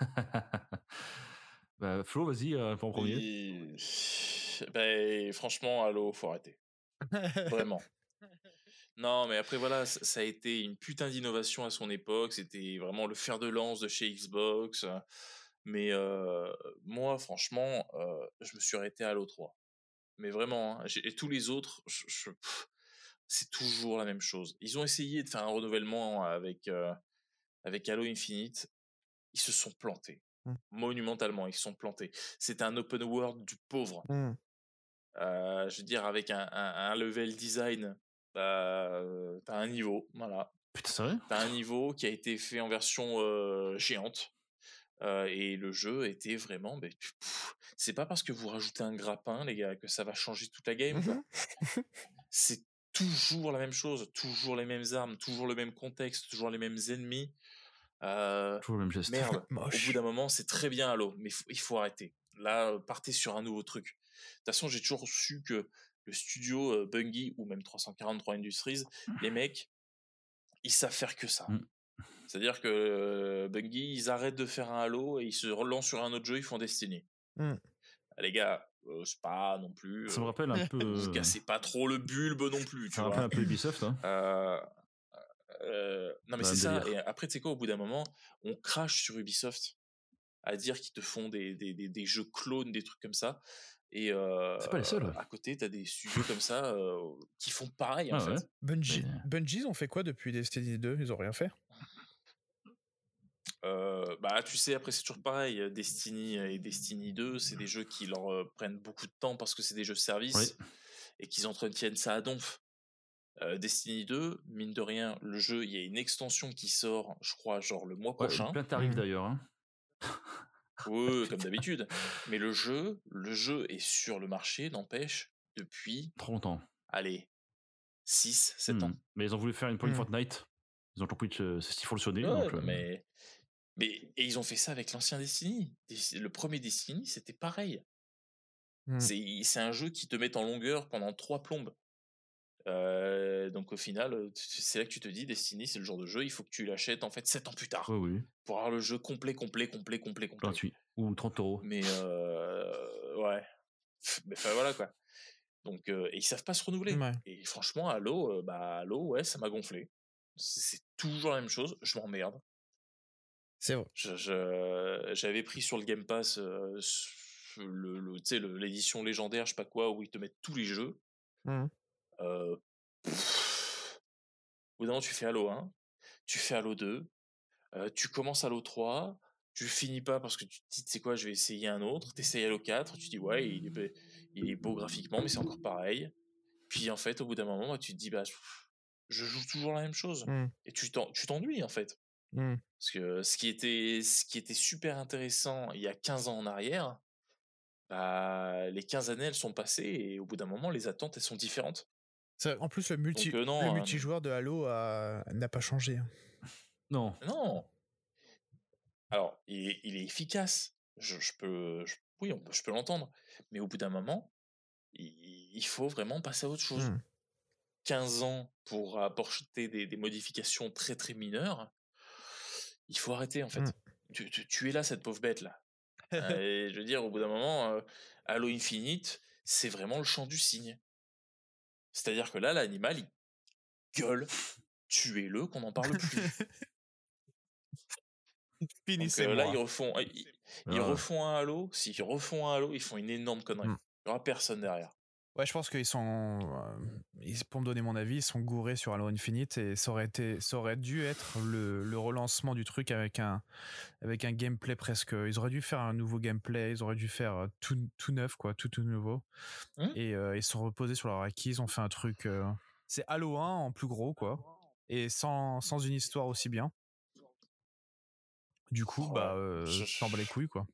Bah, Flo, vas-y, euh, en premier. Et- Ben, franchement, Halo, faut arrêter. Vraiment. Non, mais après, voilà, ça, ça a été une putain d'innovation à son époque. C'était vraiment le fer de lance de chez Xbox. Mais euh, moi, franchement, euh, je me suis arrêté à Halo trois. Mais vraiment, hein, j'ai- et tous les autres, je- je- pff, c'est toujours la même chose. Ils ont essayé de faire un renouvellement avec, euh, avec Halo Infinite. Ils se sont plantés. Mm. Monumentalement, ils se sont plantés. C'était un open world du pauvre. Hmm. Euh, je veux dire, avec un, un- un level design, bah, euh, t'as un niveau, voilà. Putain, c'est vrai? T'as un niveau qui a été fait en version euh, géante. Euh, et le jeu était vraiment. Mais, pff, c'est pas parce que vous rajoutez un grappin, les gars, que ça va changer toute la game, quoi. C'est toujours la même chose, toujours les mêmes armes, toujours le même contexte, toujours les mêmes ennemis. Euh, Toujours le même geste. merde, au Moche. bout d'un moment, c'est très bien Halo, mais faut- il faut arrêter. Là, euh, partez sur un nouveau truc. De toute façon, j'ai toujours su que le studio euh, Bungie, ou même trois cent quarante-trois Industries, les mecs, ils savent faire que ça. Mm. C'est-à-dire que euh, Bungie, ils arrêtent de faire un Halo et ils se relancent sur un autre jeu, ils font Destiny. Mm. Ah, les gars, euh, c'est pas non plus... Ça me euh, rappelle un peu. vous euh, cassez pas trop le bulbe non plus, tu Ça me vois. rappelle un peu Ubisoft, hein. Euh, euh, non mais Bah, c'est même ça. délire. Et après, tu sais quoi, au bout d'un moment, on crache sur Ubisoft à dire qu'ils te font des, des, des, des jeux clones, des trucs comme ça. Et euh, C'est pas les seuls. à côté, t'as des studios comme ça euh, qui font pareil, en Ah ouais. fait. Bungie, Mais- Bungie, ils ont fait quoi depuis Destiny deux? Ils ont rien fait. Euh, bah, tu sais, après, c'est toujours pareil. Destiny et Destiny deux, c'est des jeux qui leur euh, prennent beaucoup de temps parce que c'est des jeux service Oui. et qu'ils entretiennent ça à donf. Euh, Destiny deux, mine de rien, le jeu, il y a une extension qui sort, je crois, genre le mois Ouais, prochain. plein de tarifs Mhm. d'ailleurs. Hein. Oui, comme d'habitude. Mais le jeu, le jeu est sur le marché, n'empêche, depuis, Trop longtemps. allez, six, sept ans. Hmm. Mais ils ont voulu faire une pour une Hmm. Fortnite. Ils ont compris que c'est ce qu'il faut le sonner. Ouais, donc, non, euh, mais, mais et ils ont fait ça avec l'ancien Destiny. Des- Le premier Destiny, c'était pareil. Hmm. C'est c'est un jeu qui te met en longueur pendant trois plombes. Euh, donc au final, euh, tu- c'est là que tu te dis, Destiny, c'est le genre de jeu, il faut que tu l'achètes en fait sept ans plus tard Ouais, oui. pour avoir le jeu complet, complet, complet, complet, complet. Gratuit. Ou trente euros. Mais euh, ouais, Pff, mais enfin voilà quoi. Donc euh, et ils savent pas se renouveler. Ouais. Et franchement, Halo, euh, bah Halo, ouais, ça m'a gonflé. C'est c'est toujours la même chose. Je m'emmerde. C'est vrai. Je- je- J'avais pris sur le Game Pass euh, s- le, le- tu sais, le- l'édition légendaire, je sais pas quoi, où ils te mettent tous les jeux. Mhm. Euh, pff, au bout d'un moment, tu fais Halo un, tu fais Halo deux, euh, tu commences Halo trois, tu le finis pas parce que tu te dis, tu sais quoi, je vais essayer un autre, t'essayes Halo quatre, tu te dis, ouais, il est, be- il est beau graphiquement, mais c'est encore pareil. Puis en fait, au bout d'un moment, bah, tu te dis, bah, pff, je joue toujours la même chose. Mhm. Et tu t'en- tu t'ennuies, en fait. Mhm. Parce que ce qui était, ce qui était super intéressant il y a quinze ans en arrière, bah, les quinze années, elles sont passées et au bout d'un moment, les attentes, elles sont différentes. Ça- en plus, le, multi, Donc, euh, non, le euh, multijoueur de Halo a- n'a pas changé. hein. Non. Non. Alors, il est, il est efficace. Je, je peux, je, oui, on- je peux l'entendre. Mais au bout d'un moment, il, il faut vraiment passer à autre chose. Hmm. quinze ans pour apporter des, des modifications très très mineures, il faut arrêter en fait. Hmm. Tu, tu, tu es là, cette pauvre bête là. Euh, et je veux dire, au bout d'un moment, euh, Halo Infinite, c'est vraiment le chant du cygne. C'est-à-dire que là, l'animal, il gueule, tuez-le, qu'on n'en parle plus. Donc euh, Finissez-moi. là, ils refont, ils, ils Ah. refont un Halo. S'ils refont un Halo, ils font une énorme connerie. Hmm. Il n'y aura personne derrière. Ouais, je pense qu'ils sont, euh, ils- pour me donner mon avis, ils sont gourés sur Halo Infinite et ça aurait été, ça aurait dû être le, le relancement du truc avec un, avec un gameplay presque. Ils auraient dû faire un nouveau gameplay, ils auraient dû faire euh, tout, tout neuf quoi, tout tout nouveau. Hmm. Et euh, ils se sont reposés sur leur acquis, ils ont fait un truc. euh, c'est Halo un en plus gros quoi, et sans, sans une histoire aussi bien. Du coup, Ouais, bah, euh, je- t'en bats les couilles quoi.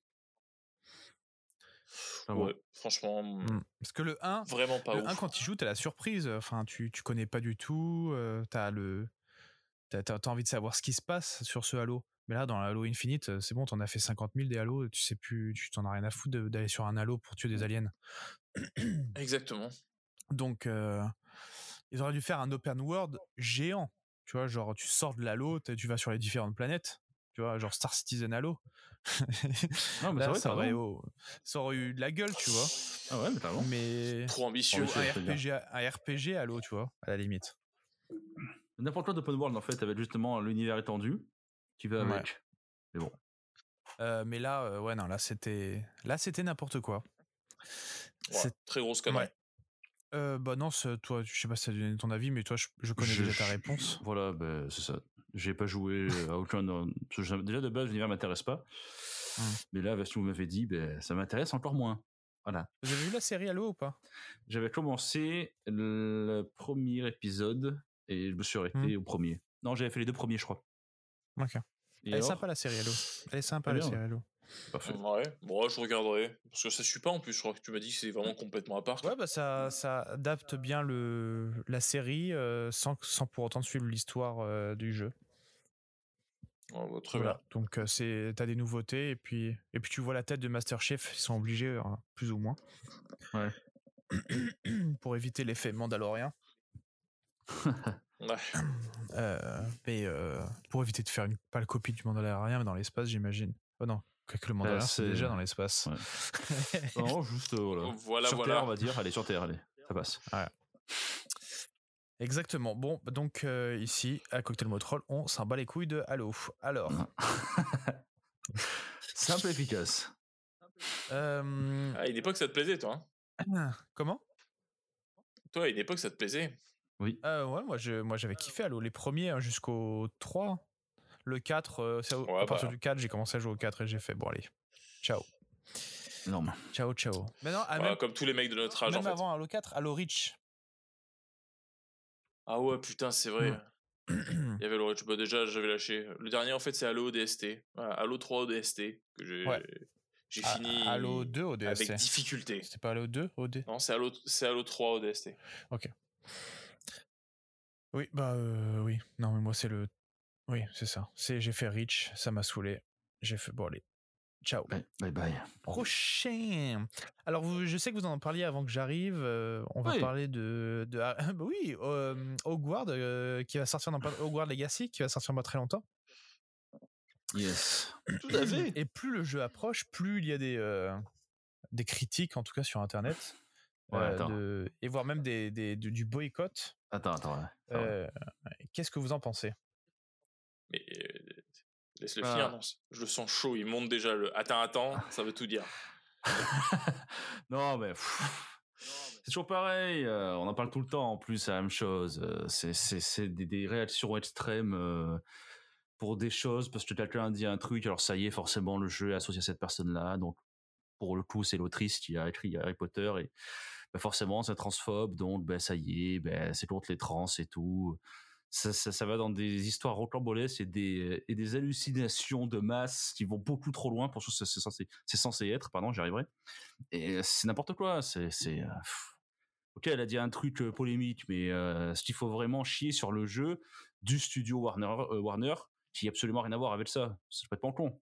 Ah bon. Ouais, franchement, Mm. Parce que le un, vraiment pas le ouf. un quand tu joues, t'as la surprise. Enfin, tu, tu connais pas du tout. Euh, t'as le, t'as, t'as, t'as envie de savoir ce qui se passe sur ce Halo. Mais là, dans Halo Infinite, euh, c'est bon, t'en as fait cinquante mille des Halo. Tu sais plus, tu t'en as rien à foutre de- d'aller sur un Halo pour tuer des aliens. Exactement. Donc, euh, ils auraient dû faire un open world géant. Tu vois, genre, tu sors de l'Halo, t'as- tu vas sur les différentes planètes. Tu vois, genre Star Citizen Halo. Non, mais Là, c'est vrai, ça t'as aurait, raison. oh, ça aurait eu de la gueule, tu vois. Ah ouais, mais t'as raison. Mais Trop ambitieux. Ambitieux. un je veux dire. R P G, un R P G Halo, tu vois, à la limite. N'importe quoi d'open world, en fait, avec justement l'univers étendu, tu vas Ouais. avec. Mais bon. Euh, mais là, euh, ouais, non, là, c'était, là, c'était n'importe quoi. Ouais, C'est- très grosse connerie. Ouais. Euh, bah non, c'est- toi, je sais pas si t'as donné ton avis, mais toi, je, je connais Je- déjà ta réponse. Voilà, ben, c'est ça. J'ai pas joué à aucun. parce que déjà de base, l'univers m'intéresse pas. Hmm. Mais là, avec ce que vous m'avez dit, ben, ça m'intéresse encore moins. Voilà. Vous avez vu la série Halo ou pas? J'avais commencé le premier épisode et je me suis arrêté au premier. Non, j'avais fait les deux premiers, je crois. Ok. Et Elle est alors sympa la série Halo. Elle est sympa Très la bien. série Halo. Parfait. Ouais, bon, ouais, je regarderai. Parce que ça suit pas en plus, je crois que tu m'as dit que c'est vraiment complètement à part. quoi. Ouais, bah ça, ça adapte bien le, la série euh, sans, sans pour autant suivre l'histoire euh, du jeu. Ouais, bah, très Voilà. Donc euh, c'est, t'as des nouveautés et puis, et puis tu vois la tête de Master Chief, ils sont obligés, hein, plus ou moins. Ouais. Pour éviter l'effet Mandalorien. bien. Ouais. Euh, mais euh, pour éviter de faire une pâle copie du Mandalorien, mais dans l'espace, j'imagine. Oh non, que le Mandalorien, Bah, c'est c'est- déjà dans l'espace. Ouais. Non, juste euh, voilà. Voilà, sur voilà. Terre, on va dire. Allez, sur Terre, allez. Ça passe. Exactement. Bon, donc euh, ici, à Cocktail Motrol, on s'en bat les couilles de Halo. Alors, Simple et efficace. euh, À une époque, ça te plaisait, toi. hein comment Toi, à une époque, ça te plaisait. Oui. euh, Ouais, moi, je, moi j'avais kiffé Halo, les premiers hein, jusqu'au trois. Le quatre, euh, c'est au- Ouais, à partir bah. du quatre, j'ai commencé à jouer au quatre et j'ai fait, bon allez, ciao. Énorme. Ciao, ciao. Mais non, ah, Voilà, même, comme tous les mecs de notre âge, même en fait. avant Halo quatre, Halo Reach. Ah ouais, putain, c'est vrai. Mm. Il y avait le Reach. Bah, déjà, j'avais lâché. Le dernier, en fait, c'est Halo O D S T. Voilà, Halo trois O D S T. Que j'ai Ouais. j'ai Ah, fini. Halo deux O D S T. Avec difficulté. C'était pas Halo deux O D? Non, c'est Halo, c'est Halo trois O D S T. Ok. Oui, bah euh, oui. Non, mais moi c'est le. Oui, c'est ça. C'est j'ai fait Reach, ça m'a saoulé. J'ai fait bon allez. Ciao. Bye bye. bye. Prochain. Alors vous, je sais que vous en parliez avant que j'arrive. euh, on va Oui. parler de, de ah, bah oui, euh, Hogwarts euh, qui va sortir dans pas Hogwarts Legacy qui va sortir dans pas très longtemps. Yes. Tout à fait. Et plus le jeu approche, plus il y a des euh, des critiques en tout cas sur internet. Ouais, euh, attends. de, et voire même des, des, du du boycott. Attends, attends. Ouais. Attends, ouais. Euh, Qu'est-ce que vous en pensez? Mais euh, laisse-le Ah. finir, non. Je le sens chaud, il monte déjà le. Attends, attends, ça veut tout dire. non, mais pff, c'est toujours pareil. euh, on en parle tout le temps. En plus, c'est la même chose. euh, c'est c'est c'est des, des réactions extrêmes euh, pour des choses parce que quelqu'un a dit un truc. Alors ça y est, forcément, le jeu est associé à cette personne-là. Donc pour le coup, c'est l'autrice qui a écrit Harry Potter et bah, forcément, c'est transphobe. Donc ben ça y est, ben c'est contre les trans et tout. Ça, ça, ça va dans des histoires rocambolesques et des, et des hallucinations de masse qui vont beaucoup trop loin pour ce que c'est censé, c'est censé être, pardon, j'y arriverai. Et c'est n'importe quoi, c'est... c'est euh, ok, elle a dit un truc euh, polémique, mais euh, ce qu'il faut vraiment chier sur le jeu du studio Warner, euh, Warner qui n'a absolument rien à voir avec ça, ça peut être pas con.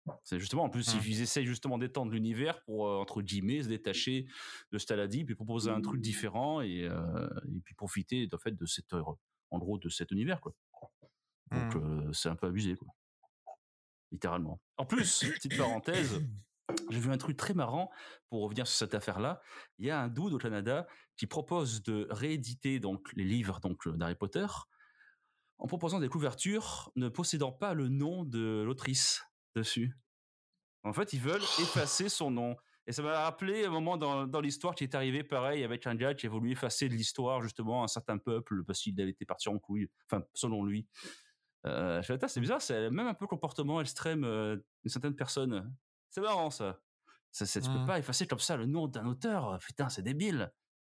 C'est justement, en plus, Mmh. ils essayent justement d'étendre l'univers pour, euh, entre guillemets, se détacher de Staladi, puis proposer un truc différent et, euh, et puis profiter en fait de cette, euh, en gros, de cet univers, quoi. Donc, Mmh. euh, c'est un peu abusé, quoi. Littéralement. En plus, petite parenthèse, j'ai vu un truc très marrant pour revenir sur cette affaire-là. Il y a un dude au Canada qui propose de rééditer donc les livres donc d'Harry Potter en proposant des couvertures ne possédant pas le nom de l'autrice dessus. En fait, ils veulent effacer son nom. Et ça m'a rappelé un moment dans, dans l'histoire qui est arrivé pareil avec un gars qui a voulu effacer de l'histoire justement un certain peuple parce qu'il avait été parti en couille, enfin selon lui. Euh, je fais, attends, c'est bizarre, c'est même un peu le comportement extrême euh, d'une certaine personne. C'est marrant ça. ça, ça tu peux Mmh. pas effacer comme ça le nom d'un auteur. Putain, c'est débile.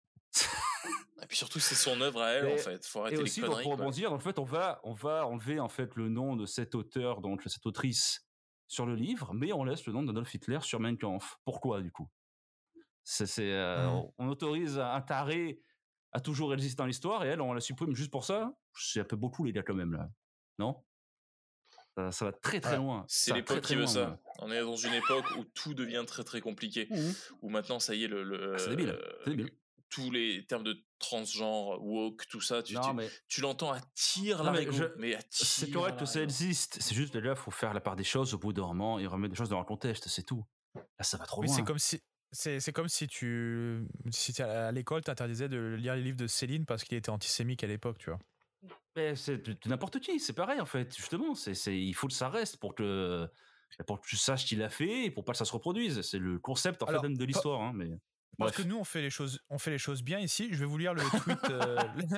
Et puis surtout, c'est son œuvre à elle, Et- en fait. Faut Et arrêter les aussi, donc, conneries, pour quoi. rebondir, donc, en fait, on va, on va enlever en fait le nom de cet auteur, donc cette autrice, sur le livre, mais on laisse le nom d'Adolf Hitler sur Mein Kampf. Pourquoi du coup c'est, c'est, euh, Mmh. On autorise un taré à toujours exister dans l'histoire et elle, on la supprime juste pour ça. C'est un peu beaucoup les gars quand même là, non ça, ça va très très Ouais. loin. C'est Ça va l'époque très, très qui veut loin, ça. là. On est dans une époque où tout devient très très compliqué. Mhm. Où maintenant, ça y est, le, le- Ah, c'est débile. C'est débile. tous les termes de transgenre, woke, tout ça, tu, Non, tu, mais tu l'entends à tire Non, mais l'arigot. je- Mais à c'est tire correct que ça l'arigot. existe. C'est juste là, il faut faire la part des choses au bout d'un moment et remettre des choses dans leur contexte, c'est tout. Là, ça va trop Oui, loin. c'est comme si c'est c'est comme si tu si t'es à l'école t'interdisais de lire les livres de Céline parce qu'il était antisémite à l'époque, tu vois. Mais c'est de- de n'importe qui, c'est pareil en fait. Justement, c'est, c'est, il faut que ça reste pour que, pour que tu saches qui l'a fait et pour pas que ça se reproduise. C'est le concept en Alors, fait même de pas- l'histoire. Hein, mais Parce bref. que nous on fait les choses on fait les choses bien ici. Je vais vous lire le tweet euh,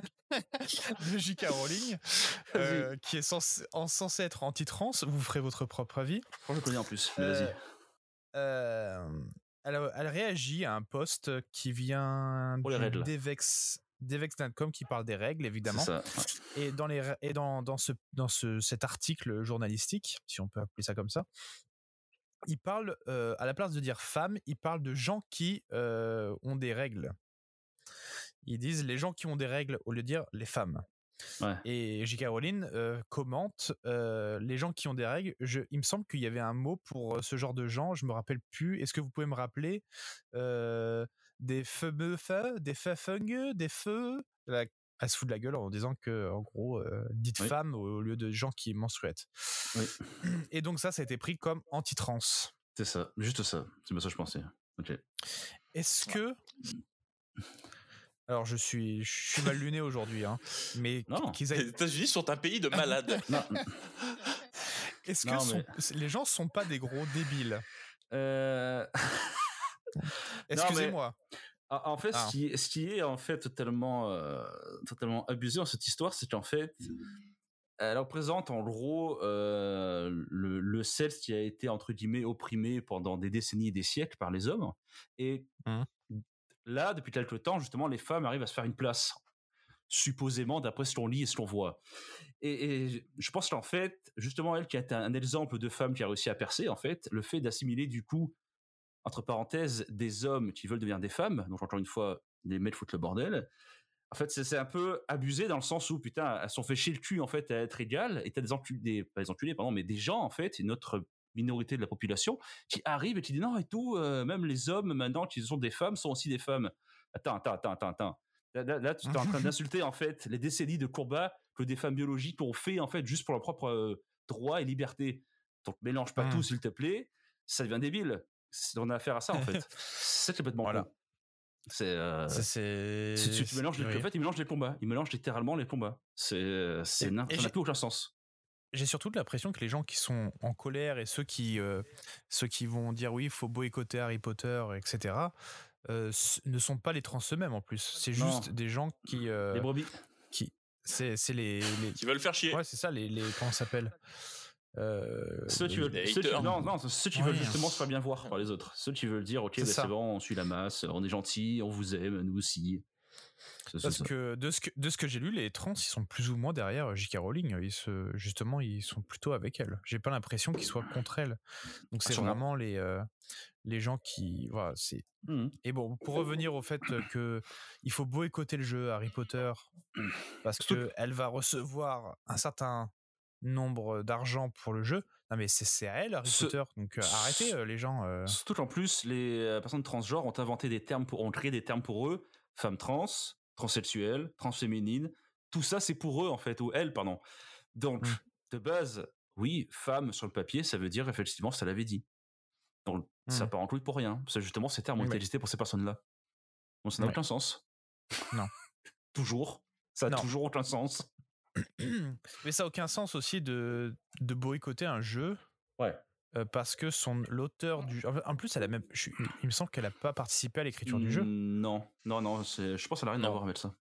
de J K Rowling euh, qui est censé, en- censé être anti-trans. Vous ferez votre propre avis. Je le connais en plus. Mais Euh, vas-y. Euh, elle, elle réagit à un post qui vient Pour les du règles. Devex Devex point com qui parle des règles évidemment. C'est ça. Ouais. Et dans les et dans dans ce dans ce cet article journalistique, si on peut appeler ça comme ça, il parle euh, à la place de dire femmes, il parle de gens qui euh, ont des règles. Ils disent les gens qui ont des règles au lieu de dire les femmes. Ouais. Et J K Rowling euh, commente euh, les gens qui ont des règles. Je, il me semble qu'il y avait un mot pour ce genre de gens. Je me rappelle plus. Est-ce que vous pouvez me rappeler euh, des feux feux, des feux des feux. La, elle se fout de la gueule en disant que, en gros, euh, dites Oui. femmes au, au lieu de gens qui menstruent. Oui. Et donc ça, ça a été pris comme anti-trans. C'est ça. Juste ça. C'est bien ça que je pensais. Ok. Est-ce que alors je suis je suis mal luné aujourd'hui, hein, mais Non. qu'ils Les aillent... États-Unis sont un pays de malades. Non. Est-ce que Non, sont- mais- les gens sont pas des gros débiles? Euh... Excusez-moi. En en fait, Ah. ce, qui, ce qui est en fait totalement, euh, totalement abusé dans cette histoire, c'est qu'en fait, elle représente en gros euh, le, le sexe qui a été entre guillemets opprimé pendant des décennies et des siècles par les hommes. Et Mhm. là, depuis quelque temps, justement, les femmes arrivent à se faire une place, supposément d'après ce qu'on lit et ce qu'on voit. Et, et je pense qu'en fait, justement, elle qui a été un exemple de femme qui a réussi à percer, en fait, le fait d'assimiler du coup entre parenthèses, des hommes qui veulent devenir des femmes, donc encore une fois, des mecs foutent le bordel. En fait, c'est, c'est un peu abusé dans le sens où, putain, elles sont fait chier le cul, en fait, à être égales, et t'as des enculés, des, pas des enculés, pardon, mais des gens, en fait, une autre minorité de la population, qui arrivent et qui disent non, et tout, euh, même les hommes, maintenant, qui sont des femmes, sont aussi des femmes. Attends, attends, attends, attends, attends. Là, là, là tu es en train d'insulter, en fait, les décennies de combats que des femmes biologiques ont fait, en fait, juste pour leur propre euh, droit et liberté. Donc, mélange pas Mm. tout, s'il te plaît, ça devient débile. On a affaire à ça en fait. C'est complètement Voilà. con. C'est, euh, Ça, c'est... c'est, tu, tu mélanges les, oui. en fait, ils mélangent les combats. Ils mélangent littéralement les combats. C'est, c'est Et- n'im- et ça n'a j'ai- plus aucun sens. J'ai surtout l'impression que les gens qui sont en colère et ceux qui, euh, ceux qui vont dire oui, il faut boycotter Harry Potter, et cetera, euh, c- ne sont pas les trans eux-mêmes en plus. C'est Non. juste des gens qui... euh, Les brebis. qui c'est, c'est les... les... Qui veulent faire chier. Ouais, c'est ça, les... les comment ça s'appelle euh, Ceux qui les- veulent, des ceux qui, haters. non, non, ceux qui Oui. veulent justement se faire bien voir par les autres. Ceux qui veulent dire, ok, C'est bah, ça. c'est bon, on suit la masse, on est gentil, on vous aime, nous aussi. C'est, c'est Parce ça. que de ce que de ce que j'ai lu, les trans ils sont plus ou moins derrière J K Rowling. Ils se justement ils sont plutôt avec elle. J'ai pas l'impression qu'ils soient contre elle. Donc c'est Sûrement. vraiment les euh, les gens qui voilà c'est. Mhm. Et bon pour revenir au fait que il faut boycotter le jeu Harry Potter parce Surtout- que elle va recevoir un certain nombre d'argent pour le jeu. Non mais c'est, c'est à elle Harry Ce- Potter, donc euh, arrêtez euh, les gens. euh. Surtout qu'en plus, les euh, personnes transgenres ont inventé des termes pour, ont créé des termes pour eux, femmes trans, transsexuelles, transféminines. Tout ça, c'est pour eux en fait, ou elles, pardon. Donc, Mm. de base, oui, femme sur le papier, ça veut dire effectivement, ça l'avait dit. Donc, ça Mm. part en couille pour rien. Parce que justement, ces termes ont Oui. été listés pour ces personnes-là. Donc, ça n'a Ouais. aucun sens. Non. Toujours. Ça a Non. toujours aucun sens. Mais ça a aucun sens aussi de, de boycotter un jeu Ouais. euh, parce que son l'auteur du en plus elle a même je- il me semble qu'elle a pas participé à l'écriture du jeu. Non, non, non. c'est- Je pense que ça n'a rien à Non. voir avec ça.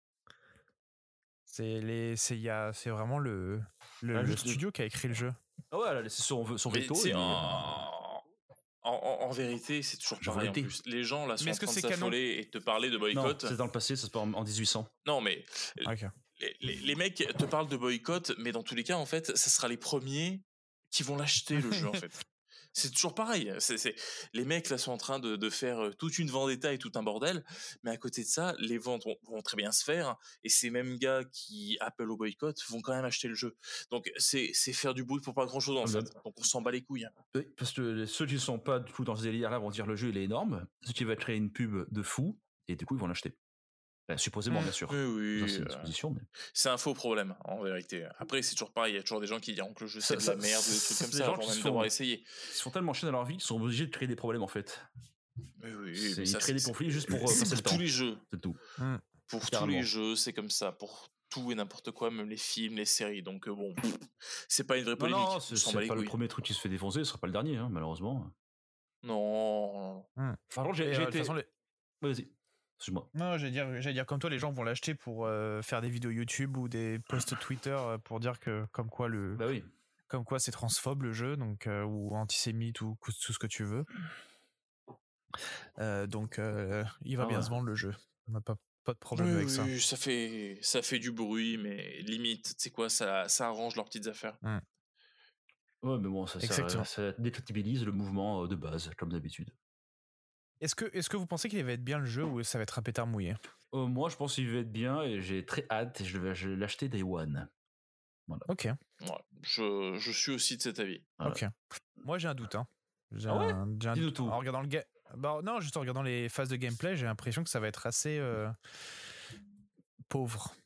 C'est les c'est il y a c'est vraiment le le, Ah, le juste le- studio qui a écrit le jeu. Ah ouais, elle a laissé son, son Mais veto. tu sais, et- en... En, en- en vérité, c'est toujours Genre pareil en vérité. plus. Les gens là sont Mais en est-ce que train de c'est canon s'affoler et te parler de Non, boycott. c'est dans le passé, ça se passe en, en dix-huit cents. Non, mais Ok. les, les- les mecs te parlent de boycott, mais dans tous les cas, en fait, ça sera les premiers qui vont l'acheter le jeu, en fait. C'est toujours pareil. C'est, c'est... Les mecs là sont en train de, de faire euh, toute une vendetta et tout un bordel, mais à côté de ça, les ventes vont, vont très bien se faire, et ces mêmes gars qui appellent au boycott vont quand même acheter le jeu. Donc c'est, c'est faire du bruit pour pas grand chose en Ah, fait. Donc on s'en bat les couilles. Oui, parce que les- ceux qui ne sont pas du tout dans ce délire-là vont dire le jeu il est énorme, ceux qui veulent créer une pub de fou, et du coup ils vont l'acheter. Enfin, supposément, bien sûr. Oui, oui. Ça, c'est une euh, supposition, mais... C'est un faux problème, en vérité. Après, c'est toujours pareil, il y a toujours des gens qui diront que le jeu c'est Ça- de la ça- merde, ou des trucs c'est comme des ça, gens avant qui même sont- d'avoir essayé. Ils sont tellement chiés dans leur vie qu'ils sont obligés de créer des problèmes en fait. Mais oui, C'est- mais ils ça, créent des c'est- conflits juste pour euh, c'est passer le pour temps. tous les jeux. C'est tout. Pour tous Carrément. les jeux, c'est comme ça. Pour tout et n'importe quoi, même les films, les séries. Donc euh, bon, c'est pas une vraie Non, polémique. non, on c'est, s'en c'est bat les pas le couilles. premier truc qui se fait défoncer, ce sera pas le dernier, hein, malheureusement. Non. Par contre, j'ai, Et, j'ai euh, de toute été... façon, les- Ouais, vas-y, excuse-moi. Non, j'allais dire, j'allais dire comme toi, les gens vont l'acheter pour euh, faire des vidéos YouTube ou des posts Twitter euh, pour dire que comme quoi le, Bah oui. comme quoi c'est transphobe le jeu, donc euh, ou antisémite ou cou- tout ce que tu veux. Euh, donc euh, il va Ah bien ouais. se vendre le jeu. On n'a pas pas de problème Oui, avec ça. oui, ça fait ça fait du bruit, mais limite, tu sais quoi, ça ça arrange leurs petites affaires. Ouais, mais bon, ça, ça, Exactement. ça décrédibilise le mouvement euh, de base, comme d'habitude. Est-ce que est-ce que vous pensez qu'il va être bien le jeu ou ça va être un pétard mouillé? Euh, moi, je pense qu'il va être bien et j'ai très hâte et je vais, je vais l'acheter Day One. Voilà. Ok, Ouais, je, je suis aussi de cet avis. Voilà. ok. Moi j'ai un doute. Hein. J'ai Ah ouais un, j'ai un Dis-nous doute. tout. En regardant le ga- bah, non, juste en regardant les phases de gameplay, j'ai l'impression que ça va être assez euh, pauvre.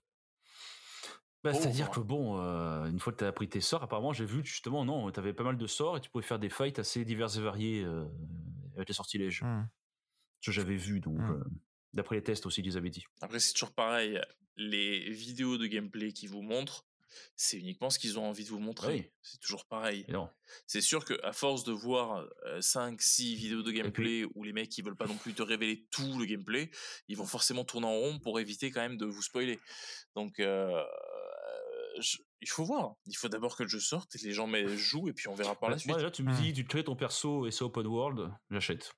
Bah, Pauvre, c'est-à-dire hein. que bon, euh, une fois que tu as appris tes sorts, apparemment j'ai vu que justement, non, tu avais pas mal de sorts et tu pouvais faire des fights assez divers et variés euh, avec les sortilèges. Hmm. Ce que j'avais vu, donc, Mm. euh, d'après les tests aussi qu'ils avaient dit. Après, c'est toujours pareil. Les vidéos de gameplay qu'ils vous montrent, c'est uniquement ce qu'ils ont envie de vous montrer. Oui. C'est toujours pareil. Et non. C'est sûr qu'à force de voir cinq six vidéos de gameplay où les mecs ils veulent pas non plus te révéler tout le gameplay, ils vont forcément tourner en rond pour éviter quand même de vous spoiler. Donc euh, je- il faut voir. Il faut d'abord que le jeu sorte et que les gens mais, jouent et puis on verra par la Bah, suite. moi, là, tu me Mm. dis, tu crées ton perso et c'est open world, j'achète.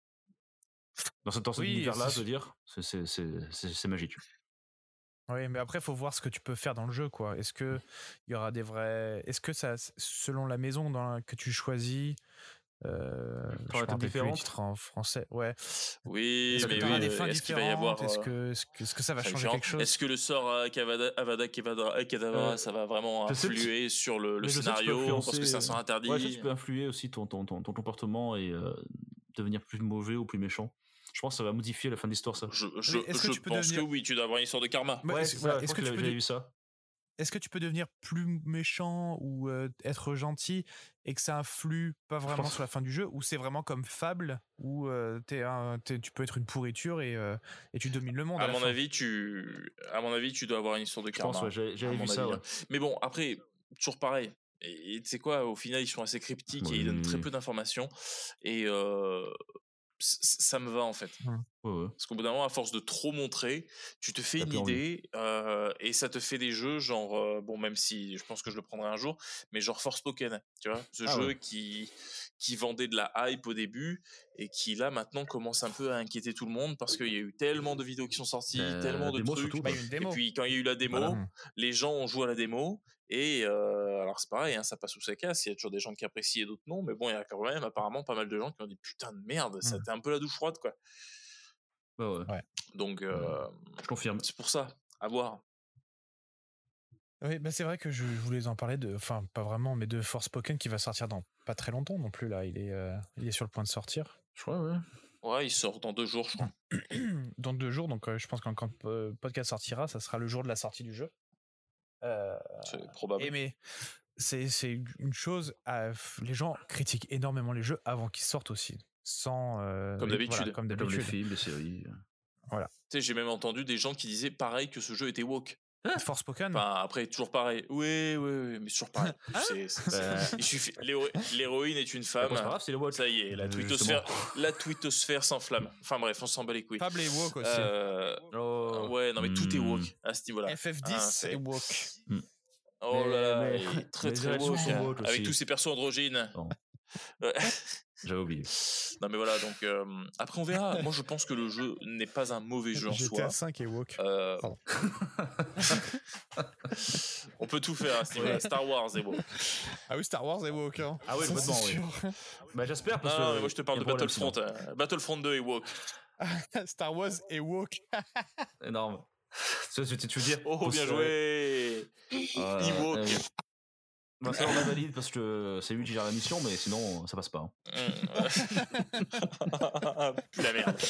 Dans, ce, dans cet Oui, univers-là, c'est- je veux dire, c'est, c'est, c'est, c'est, c'est magique. Oui, mais après, il faut voir ce que tu peux faire dans le jeu, quoi. Est-ce que il y aura des vrais. Est-ce que ça, selon la maison dans la- que tu choisis, euh, je des me têtes rappelle plus les différentes titres en français. Ouais. Oui, Est-ce mais que tu oui, auras des euh, fins est-ce qu'il va y avoir différentes? Est-ce euh, que, est-ce que, est-ce que ça va fin changer différente quelque chose? Est-ce que le sort à Avada, Avada Kedavra, Kedavra, Euh, ça va vraiment je sais que influer sur le, le Mais je sais que tu peux scénario parce que influencer- c'est un sort interdit? Ouais, je sais que tu peux influer aussi ton, ton, ton, ton comportement et euh, devenir plus mauvais ou plus méchant. Je pense que ça va modifier la fin de l'histoire, ça. Je, je, Mais est-ce que je tu peux pense devenir- que oui, tu dois avoir une histoire de karma. Mais Ouais, est-ce- c'est voilà, ça, je est-ce crois que que tu peux j'avais di- vu ça. Est-ce que tu peux devenir plus méchant ou euh, être gentil et que ça influe pas vraiment pense- sur la fin du jeu, ou c'est vraiment comme Fable où euh, t'es un- t'es- tu peux être une pourriture et, euh, et tu domines le monde à, À la mon fin. avis, tu, à mon avis, tu dois avoir une histoire de Je karma. pense, ouais, j'avais, à j'avais mon vu ça, avis, ouais. hein. Mais bon, après, toujours pareil. Et et tu sais quoi, au final, ils sont assez cryptiques et ils Oui. donnent très peu d'informations. Et euh, c- c- ça me va en fait. Ouais, ouais. Parce qu'au bout d'un moment, à force de trop montrer, tu te fais T'as une plus envie. idée euh, et ça te fait des jeux genre, euh, bon, même si je pense que je le prendrai un jour, mais genre Forspoken, tu vois, ce Ah jeu ouais. qui, qui vendait de la hype au début et qui là maintenant commence un peu à inquiéter tout le monde parce qu'il y a eu tellement de vidéos qui sont sorties, Euh, tellement la de démo trucs. surtout, Bah, quoi. il y a une Et démo. puis quand il y a eu la démo, Voilà. les gens ont joué à la démo et euh, alors c'est pareil, hein, ça passe ou ça casse. Il y a toujours des gens qui apprécient et d'autres non, mais bon, il y a quand même apparemment pas mal de gens qui ont dit putain de merde, ça a Mm. été un peu la douche froide quoi. Ouais, ouais. Ouais. Donc euh, Je confirme. c'est pour ça, à voir. Oui, bah c'est vrai que je, je voulais en parler de, enfin pas vraiment, mais de Forspoken qui va sortir dans pas très longtemps non plus là. Il est, euh, il est sur le point de sortir. Je crois, ouais. Ouais, il sort dans deux jours, je crois. Dans deux jours, donc euh, je pense que quand le podcast sortira, ça sera le jour de la sortie du jeu. Euh, C'est probable. et mais c'est c'est une chose. À, les gens critiquent énormément les jeux avant qu'ils sortent aussi, sans euh, Comme et d'habitude. voilà, comme Comme les d'habitude. films, les séries. Voilà. Tu sais, j'ai même entendu des gens qui disaient pareil que ce jeu était woke. Forspoken. Enfin, après, toujours pareil. Oui, oui, oui, mais toujours pareil. c'est, c'est, c'est- Bah, il suffit. l'héro- L'héroïne est une femme. bon, c'est pas grave, c'est le woke. Ça y est, la Euh, twittosphère, la twittosphère s'enflamme. Enfin bref, on s'en bat les couilles. Fable et woke aussi. Euh, Oh. ouais, non mais tout est Hmm. woke à ce niveau-là. F F dix Hein, c'est- et woke. Oh Mais- là là, mais- il est très mais très les réactions woke, sont hein, woke avec aussi. tous ces persos androgynes. Bon. Ouais. J'avais oublié. Non mais voilà, donc euh, après on verra. Moi je pense que le jeu n'est pas un mauvais jeu en G T A soi. cinq et woke. Euh, Pardon. on peut tout faire à ce niveau-là. Star Wars et woke. Ah oui, Star Wars et woke. Hein. Ah oui, Ça, complètement, c'est oui. sûr. Bah, j'espère parce Non, que. non, mais moi je te parle y de a problème, Battlefront. euh, Battlefront deux et woke. Star Wars et woke. sinon. Énorme. Ça, tu tu veux dire Oh, parce bien que- joué. Ah, Ewok. euh, bah, ça, on la valide parce que c'est lui qui gère la mission, mais sinon, ça passe pas. hein. Plus la merde.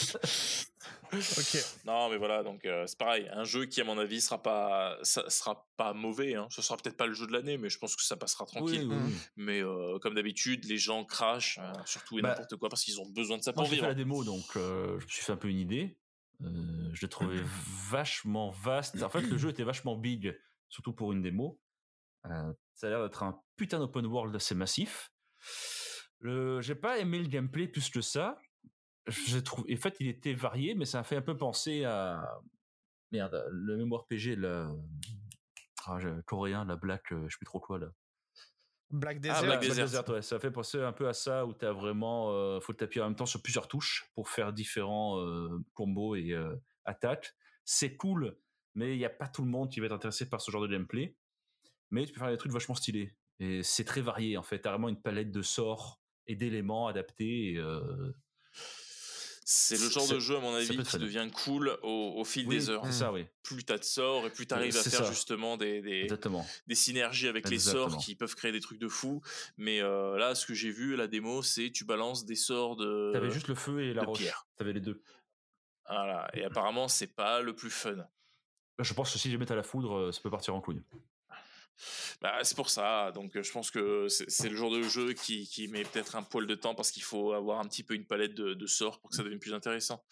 Ok. Non, mais voilà, donc euh, c'est pareil. Un jeu qui, à mon avis, sera pas, ça sera pas mauvais. Hein. Ce sera peut-être pas le jeu de l'année, mais je pense que ça passera tranquille. Oui, oui, oui. Mais euh, comme d'habitude, les gens crachent euh, sur tout et Bah, n'importe quoi parce qu'ils ont besoin de ça Moi, pour j'ai fait vivre. la démo, donc euh, je me suis fait un peu une idée. Euh, je l'ai trouvé vachement vaste. En fait, le jeu était vachement big, surtout pour une démo. Euh, ça a l'air d'être un putain d'open world assez massif. Le, j'ai pas aimé le gameplay plus que ça. J'ai trouvé, en fait, il était varié, mais ça m'a fait un peu penser à merde, le même R P G, le ah, j'ai- coréen, la Black, euh, je sais plus trop quoi là. Black Ah, Desert. Black Black Desert. Desert, ouais, ça fait penser un peu à ça où t'as vraiment, euh, faut t'appuyer en même temps sur plusieurs touches pour faire différents euh, combos et euh, attaques. C'est cool, mais il y a pas tout le monde qui va être intéressé par ce genre de gameplay. Mais tu peux faire des trucs vachement stylés et c'est très varié en fait. T'as vraiment une palette de sorts et d'éléments adaptés. Et, euh, C'est le genre c'est- de jeu, à mon ça avis, peut être qui fun. devient cool au, au fil oui, des heures. c'est ça, oui, Plus t'as de sorts et plus t'arrives à c'est faire ça. justement des, des, Exactement. des synergies avec les sorts Exactement. qui peuvent créer des trucs de fou. Mais euh, là, ce que j'ai vu, la démo, c'est tu balances des sorts de. T'avais juste le feu et la de roche. pierre. T'avais les deux. Voilà. Et apparemment, c'est pas le plus fun. Je pense que si je mets à la foudre, euh, ça peut partir en couille. Bah, c'est pour ça. Donc, euh, je pense que c'est, c'est le genre de jeu qui, qui met peut-être un poil de temps parce qu'il faut avoir un petit peu une palette de, de sorts pour que ça devienne plus intéressant.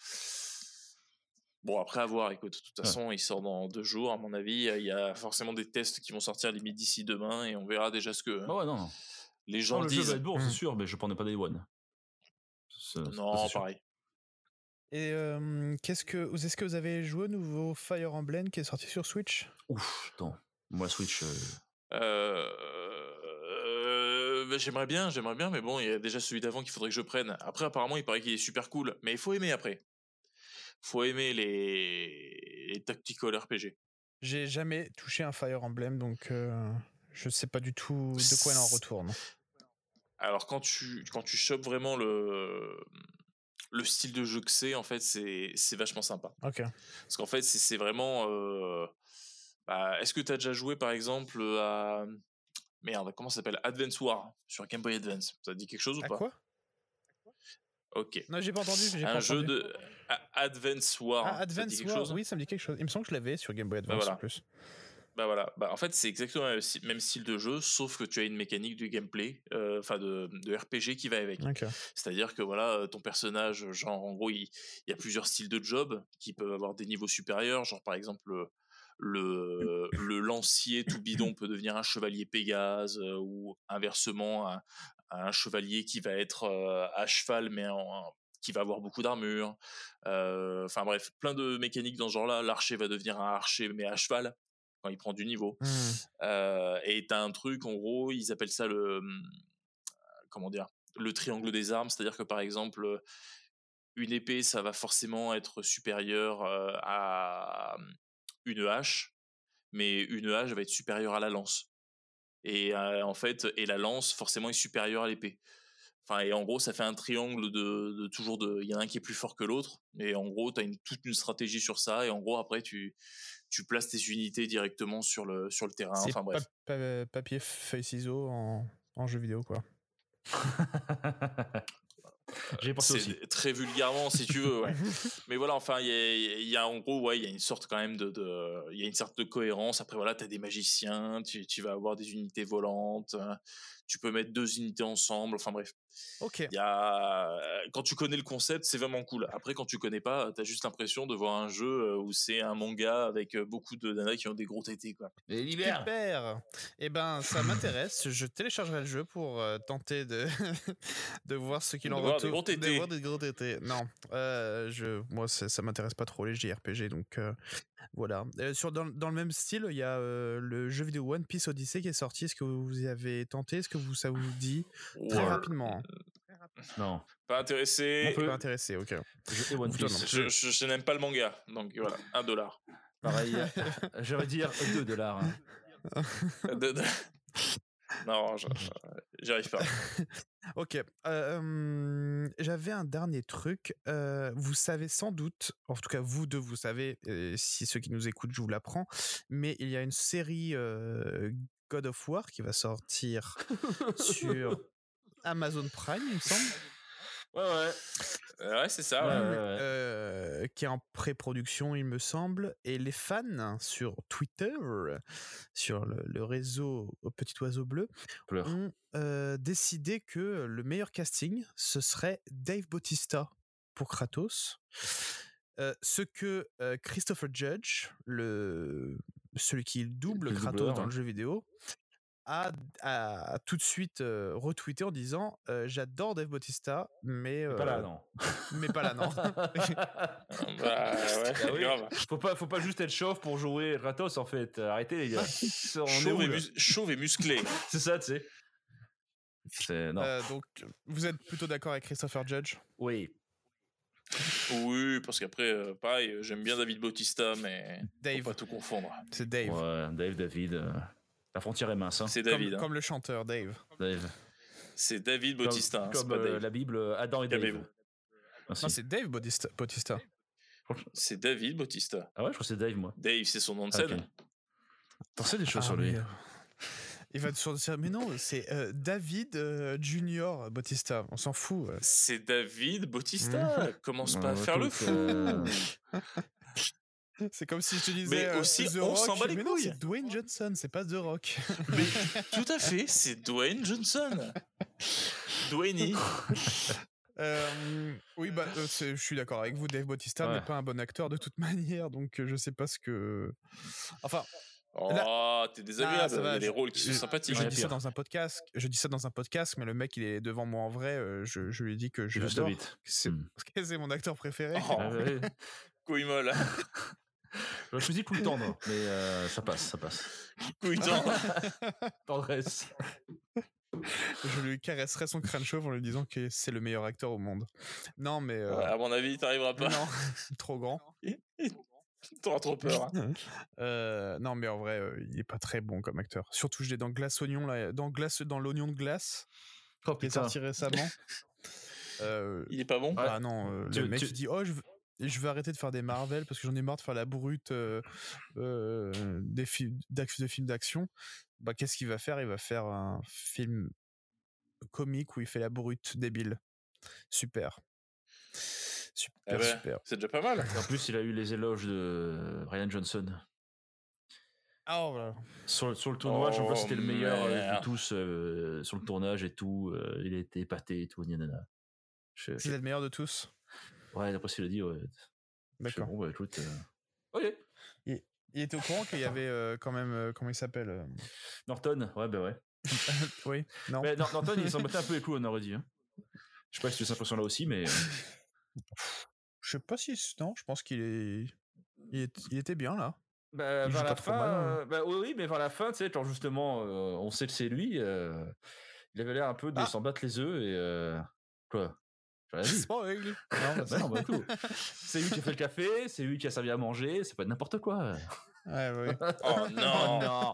Bon, après, à voir. Écoute, de toute Ouais. façon, il sort dans deux jours. À mon avis, il y a forcément des tests qui vont sortir limite d'ici demain et on verra déjà ce que Ah ouais, non, non. les gens Non, le jeu disent. va être bon, Mm. c'est sûr, mais je prenais pas Day One. C'est- c'est pas Non, sûr. pareil. Et euh, qu'est-ce que, est-ce que vous avez joué au nouveau Fire Emblem qui est sorti sur Switch? Ouf, attends. Moi, Switch. euh, Euh, euh, bah, j'aimerais bien, j'aimerais bien, mais bon, il y a déjà celui d'avant qu'il faudrait que je prenne. Après, apparemment, il paraît qu'il est super cool, mais il faut aimer après. Faut aimer les, les tactical R P G. J'ai jamais touché un Fire Emblem, donc euh, je sais pas du tout de quoi il en retourne. Alors quand tu quand tu chopes vraiment le le style de jeu que c'est, en fait, c'est c'est vachement sympa. Ok. Parce qu'en fait, c'est c'est vraiment. Euh, bah, est-ce que tu as déjà joué, par exemple, à merde, comment ça s'appelle, Advance War sur Game Boy Advance? Ça te dit quelque chose ou À pas? quoi? Ok. Non, j'ai pas entendu. J'ai Un pas jeu entendu. de A- Advance War. Ah, ça te dit Advance quelque War, chose? oui, ça me dit quelque chose. Il me semble que je l'avais sur Game Boy Advance Bah voilà. en plus. Bah voilà, bah en fait c'est exactement le sti- même style de jeu, sauf que tu as une mécanique du gameplay, euh, enfin de, de R P G qui va avec. Ok. C'est-à-dire que voilà, euh, ton personnage, genre en gros, il, il y a plusieurs styles de job qui peuvent avoir des niveaux supérieurs, genre par exemple le, le, le lancier tout bidon peut devenir un chevalier Pégase, euh, ou inversement un, un chevalier qui va être euh, à cheval mais en, qui va avoir beaucoup d'armure. Euh, Enfin bref, plein de mécaniques dans ce genre-là. L'archer va devenir un archer mais à cheval quand il prend du niveau. Hmm. Euh, et t'as un truc, en gros, ils appellent ça le comment dire, le triangle des armes, c'est-à-dire que par exemple, une épée, ça va forcément être supérieur euh, à une hache, mais une hache va être supérieure à la lance. Et euh, en fait, et la lance forcément est supérieure à l'épée. Enfin, et en gros, ça fait un triangle de, de toujours de. Il y en a un qui est plus fort que l'autre. Et en gros, tu as une, toute une stratégie sur ça. Et en gros, après, tu tu places tes unités directement sur le sur le terrain. C'est Enfin bref. pa- pa- papier, feuille, ciseaux en, en jeu vidéo, quoi. J'ai pensé C'est aussi. très vulgairement, si tu veux. Ouais. Mais voilà, enfin, il y a, il y a en gros, ouais, il y a une sorte quand même de, de, il y a une sorte de cohérence. Après, voilà, t'as des magiciens, tu, tu vas avoir des unités volantes, euh, tu peux mettre deux unités ensemble. Enfin bref, Ok. il y a, quand tu connais le concept, c'est vraiment cool. Après, quand tu connais pas, t'as juste l'impression de voir un jeu où c'est un manga avec beaucoup de nanas qui ont des gros tétés, quoi. Et l'hiver. Super. Eh ben, ça m'intéresse. Je téléchargerai le jeu pour euh, tenter de de voir ce qu'il De en voir des retourne. gros tétés. De voir des gros tétés. Non, euh, je, moi, ça, ça m'intéresse pas trop les J R P G, donc euh, voilà. Euh, sur dans, dans le même style, il y a euh, le jeu vidéo One Piece Odyssey qui est sorti. Est-ce que vous y avez tenté? Est-ce que vous ça vous dit? Très Ouais. rapidement. Non. Pas intéressé. Pas intéressé. Ok. Je, et One Toi, Piece. non. Je, je, je n'aime pas le manga, donc voilà, un dollar. Pareil. J'aurais dire deux dollars. Hein. De- de- Non, je- je- j'y arrive pas. Ok. Euh, hum, J'avais un dernier truc. Euh, vous savez sans doute, en tout cas vous deux, vous savez, euh, si ceux qui nous écoutent, je vous l'apprends, mais il y a une série euh, God of War qui va sortir sur Amazon Prime, il me semble. Ouais, ouais. Ouais, c'est ça. Ouais, Ouais. ouais, ouais. Euh, qui est en pré-production, il me semble, et les fans sur Twitter, sur le, le réseau au petit oiseau bleu, Pleure. ont euh, décidé que le meilleur casting, ce serait Dave Bautista pour Kratos. Euh, ce que euh, Christopher Judge, le, celui qui double Le Kratos doubleur, dans ouais. le jeu vidéo, a, a, a tout de suite euh, retweeté en disant euh, j'adore Dave Bautista, mais, Pas là, euh, non. mais pas là, non. Bah ouais, Ah oui. grave. Faut pas, faut pas juste être chauve pour jouer Kratos en fait. Arrêtez les gars. On est Chauve où, et, là mus- chauve et musclé. C'est ça, tu sais. C'est non. Euh, donc, vous êtes plutôt d'accord avec Christopher Judge? Oui. Oui, parce qu'après, euh, pareil, j'aime bien David Bautista, mais Dave. faut pas tout confondre. C'est Dave. Ouais, Dave, David. euh, La frontière est mince. Hein. C'est Comme, David. hein. comme le chanteur Dave. Dave. C'est David Comme, Bautista, hein, c'est comme, pas euh, Dave. la Bible, Adam et Dave. Calmez-vous. Merci. Non, c'est Dave Bautista. Bautista. C'est David Bautista. Ah ouais, je crois que c'est Dave, moi. Dave, c'est son nom de Ah, scène. ok. T'en sais des choses Ah, sur lui. mais, euh, il va sur mais non, c'est euh, David euh, Junior Bautista. On s'en fout. euh. C'est David Bautista. Commence pas à Ouais, faire le écoute, fou. euh, C'est comme si je te disais Mais euh, aussi, The on Rock. s'en bat les mais non, couilles. c'est Dwayne Johnson, c'est pas The Rock. Mais tout à fait, c'est Dwayne Johnson. Dwayne. Euh, oui, bah, euh, c'est- je suis d'accord avec vous. Dave Bautista Ouais. n'est pas un bon acteur de toute manière, donc euh, je sais pas ce que. Enfin, Oh, t'es désagréable. Ah, ça Il y va, a des je- rôles qui sont je- sympathiques. je Ouais, dis pire. ça dans un podcast. Je dis ça dans un podcast, mais le mec, il est devant moi en vrai. euh, je, je lui ai dit que je Juste l'adore. vite. C'est Hmm. que c'est mon acteur préféré. Oh, Ah, ouais. couille molle. Je me suis dit plus tendre, mais euh, ça passe, ça passe. Couille tendre. Tendresse. Je lui caresserai son crâne chauve en lui disant que c'est le meilleur acteur au monde. Non, mais euh, Ouais, à mon avis, t'arriveras pas. non, trop grand. T'auras trop peur. hein. Euh, non, mais en vrai, euh, il est pas très bon comme acteur. Surtout, je l'ai dans Glace Oignon là, dans Glace, dans l'oignon de glace, Oh qui est putain. sorti récemment. Euh, Il est pas bon. Ah non, euh, Tu- le mec tu- il dit oh je veux, je veux arrêter de faire des Marvel parce que j'en ai marre de faire la brute euh, euh, des films d'ac- de films d'action. Bah qu'est-ce qu'il va faire? Il va faire un film comique où il fait la brute débile. Super. Super, Eh ben, super. c'est déjà pas mal. Et en plus, il a eu les éloges de Ryan Johnson. Ah oh, voilà. Sur, sur le tournoi, je Oh, crois que c'était le meilleur euh, merde. de tous euh, sur le tournage et tout. euh, il a été épaté et tout. Gna, gna, gna. Je- C'est le meilleur de tous. Ouais, d'après ce qu'il a dit, ouais. Je fais, D'accord. bon, bah écoute. euh, Ok. Il était au courant qu'il y avait euh, quand même euh, comment il s'appelle euh, Norton, ouais, bah ouais. Oui, non. Mais Nor- Norton, il s'en battait un peu les couilles, on aurait dit. Hein. Je sais pas si tu as cette impression-là aussi, mais. euh, Je sais pas si non, je pense qu'il est il, est- il était bien là. Bah, Il vers joue la pas trop fin, mal, hein. euh, bah, oui, oui, mais vers la fin, tu sais, quand justement, euh, on sait que c'est lui, euh, il avait l'air un peu de Ah. s'en battre les œufs et. Euh, quoi? J'ai rien dit. Spoil. Non, bah, Bah non, bah, tout. C'est lui qui a fait le café, c'est lui qui a servi à manger, c'est pas n'importe quoi. ouais, ouais. Oh non. non.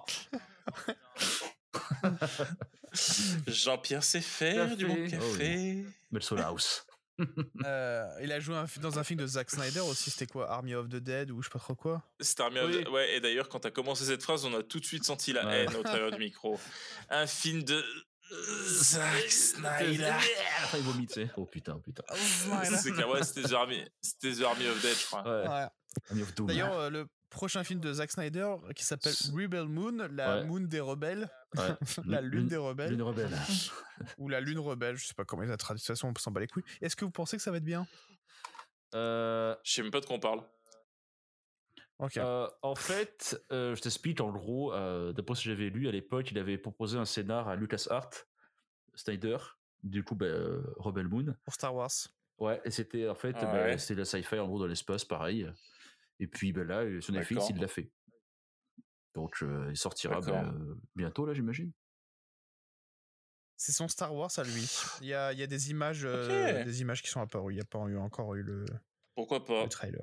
Jean-Pierre sait faire du bon Café. café. Mais le Soul House. Euh, il a joué un, dans un film de Zack Snyder aussi, c'était quoi, Army of the Dead ou je sais pas trop quoi. C'était Army of Oui. the- Ouais, et d'ailleurs, quand t'as commencé cette phrase, on a tout de suite senti la Ouais. haine au travers du micro. Un film de Zack Snyder. Après, il vomit, tu sais. Oh putain, putain. C'est clair, ouais, c'était The Army, c'était The Army of Dead, je crois. Ouais. Ouais. Army of Doom. D'ailleurs, euh, le prochain film de Zack Snyder qui s'appelle Rebel Moon, la Ouais. Moon des rebelles, Ouais. la lune des rebelles, Lune rebelle. ou la lune rebelle, je sais pas comment il a traduit, de toute façon on s'en bat les couilles. Est-ce que vous pensez que ça va être bien? Euh, Je sais même pas de quoi on parle. Ok. euh, en fait, euh, je t'explique, en gros, euh, d'après ce que j'avais lu à l'époque, il avait proposé un scénar à LucasArts, Snyder, du coup, bah, euh, Rebel Moon. Pour Star Wars. Ouais, et c'était en fait, Ah bah, ouais. c'était la sci-fi en gros dans l'espace, pareil. Et puis bah, là, sur Netflix, D'accord. il l'a fait. Donc euh, il sortira D'accord. bah, euh, bientôt, là, j'imagine. C'est son Star Wars à lui. Il y a, il y a des images, euh, Ok. des images qui sont apparues. Il n'y a pas eu, encore eu le, Pourquoi pas? le trailer.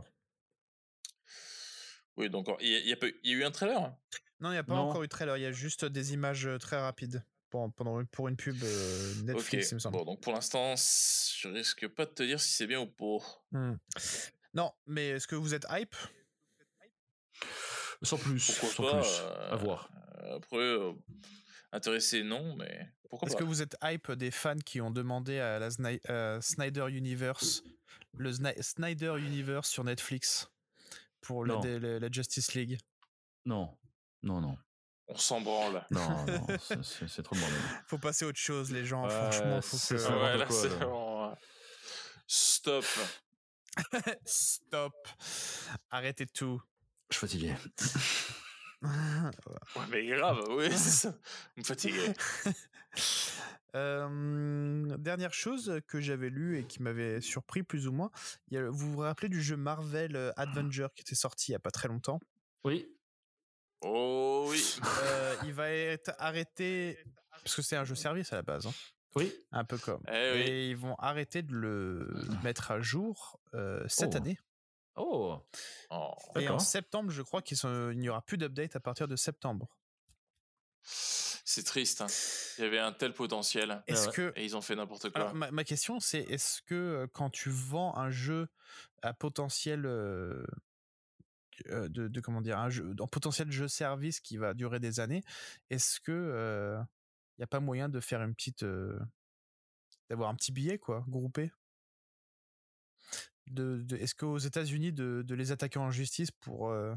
Oui, donc il y, a- il y a pas eu- il y a eu un trailer. Non, il n'y a pas Non. encore eu de trailer. Il y a juste des images euh, très rapides pour, pendant, pour une pub euh, Netflix, Ok. il me semble. Bon, donc pour l'instant, je risque pas de te dire si c'est bien ou pas. Hmm. Non, mais est-ce que vous êtes hype? Sans plus, Pourquoi sans pas, plus. euh, À voir. Euh, Après, euh, intéressé, non, mais pourquoi Est-ce pas? que vous êtes hype des fans qui ont demandé à la Sni- euh, Snyder Universe, le Sni- Snyder Universe sur Netflix pour la, Non. dé- la- la Justice League? Non, non, non. On s'en branle. Non, non, c'est- c'est c'est trop le bordel. Faut passer à autre chose, les gens. Ouais, Franchement, faut c'est que. ça. Ouais, n'importe là, quoi, c'est là. bon, ouais. Stop. Stop. Arrêtez tout. Je suis fatigué. Ouais, mais grave, oui, c'est ça. Vous me fatiguez. Euh, dernière chose que j'avais lu et qui m'avait surpris plus ou moins, il y a- vous vous rappelez du jeu Marvel euh, Adventure qui était sorti il y a pas très longtemps? Oui. Oh oui. Euh, il va être arrêté parce que c'est un jeu service à la base, hein, Oui. un peu comme. Eh oui. Et ils vont arrêter de le mettre à jour euh, cette Oh. année. Oh. Oh. Et en D'accord. septembre, je crois qu'il n'y aura plus d'update à partir de septembre. C'est triste. Hein. Il y avait un tel potentiel. Est-ce ouais. que Et ils ont fait n'importe quoi. Alors, ma, ma question, c'est est-ce que euh, quand tu vends un jeu à potentiel euh, euh, de, de comment dire un jeu en potentiel jeu service qui va durer des années, est-ce que il n'y a pas moyen de faire une petite euh, d'avoir un petit billet quoi, groupé de, de est-ce qu'aux États-Unis de, de les attaquer en justice pour euh,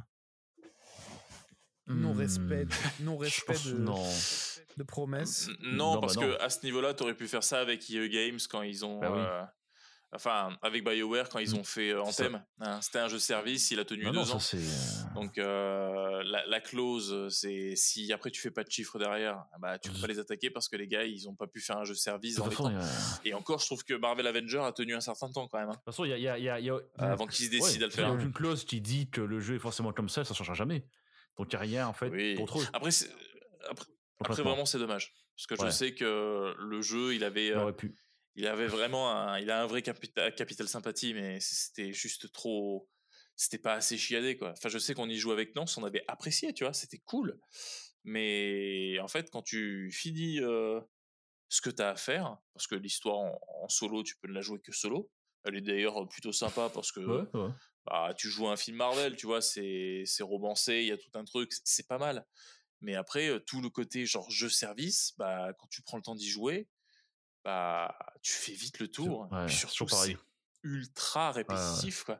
non respect Hmm. non Je respect pense- de, Non. de promesses? N- Non, Non, parce bah que non. à ce niveau-là, t'aurais pu faire ça avec E A Games quand ils ont. Bah oui. euh, Enfin, avec BioWare quand ils Mm. ont fait euh, C'est ça. Anthem. Hein, c'était un jeu service, il a tenu Non, deux non, ans. ça c'est. euh, Donc euh, la, la clause, c'est si après tu fais pas de chiffre derrière, bah tu peux pas les attaquer parce que les gars ils ont pas pu faire un jeu service De dans toute les façon, temps. il y a- de Et encore, je trouve que Marvel Avenger a tenu un certain temps quand même, hein, toute façon, il y a, il y a, il y a, il y a- euh, avant qu'ils se décident à le Il n'y a faire. aucune clause qui dit que le jeu est forcément comme ça, ça ne changera jamais. Donc il n'y a rien en fait Oui. contre eux. Après, c'est- après, après Complètement. vraiment c'est dommage parce que je Ouais. sais que le jeu il avait Il euh, aurait pu. il avait vraiment un, il a un vrai capita- capital sympathie, mais c'était juste trop, c'était pas assez chiadé quoi. Enfin, je sais qu'on y joue avec Nance, on avait apprécié, tu vois, c'était cool. Mais en fait, quand tu finis euh, ce que t'as à faire, parce que l'histoire en, en solo, tu peux ne la jouer que solo. Elle est d'ailleurs plutôt sympa parce que Ouais, ouais. bah, tu joues un film Marvel, tu vois, c'est c'est romancé, il y a tout un truc, c'est- c'est pas mal. Mais après, euh, tout le côté genre jeu service, bah quand tu prends le temps d'y jouer, bah tu fais vite le tour. Ouais, Puis c'est surtout, toujours pareil. c'est ultra répétitif, quoi.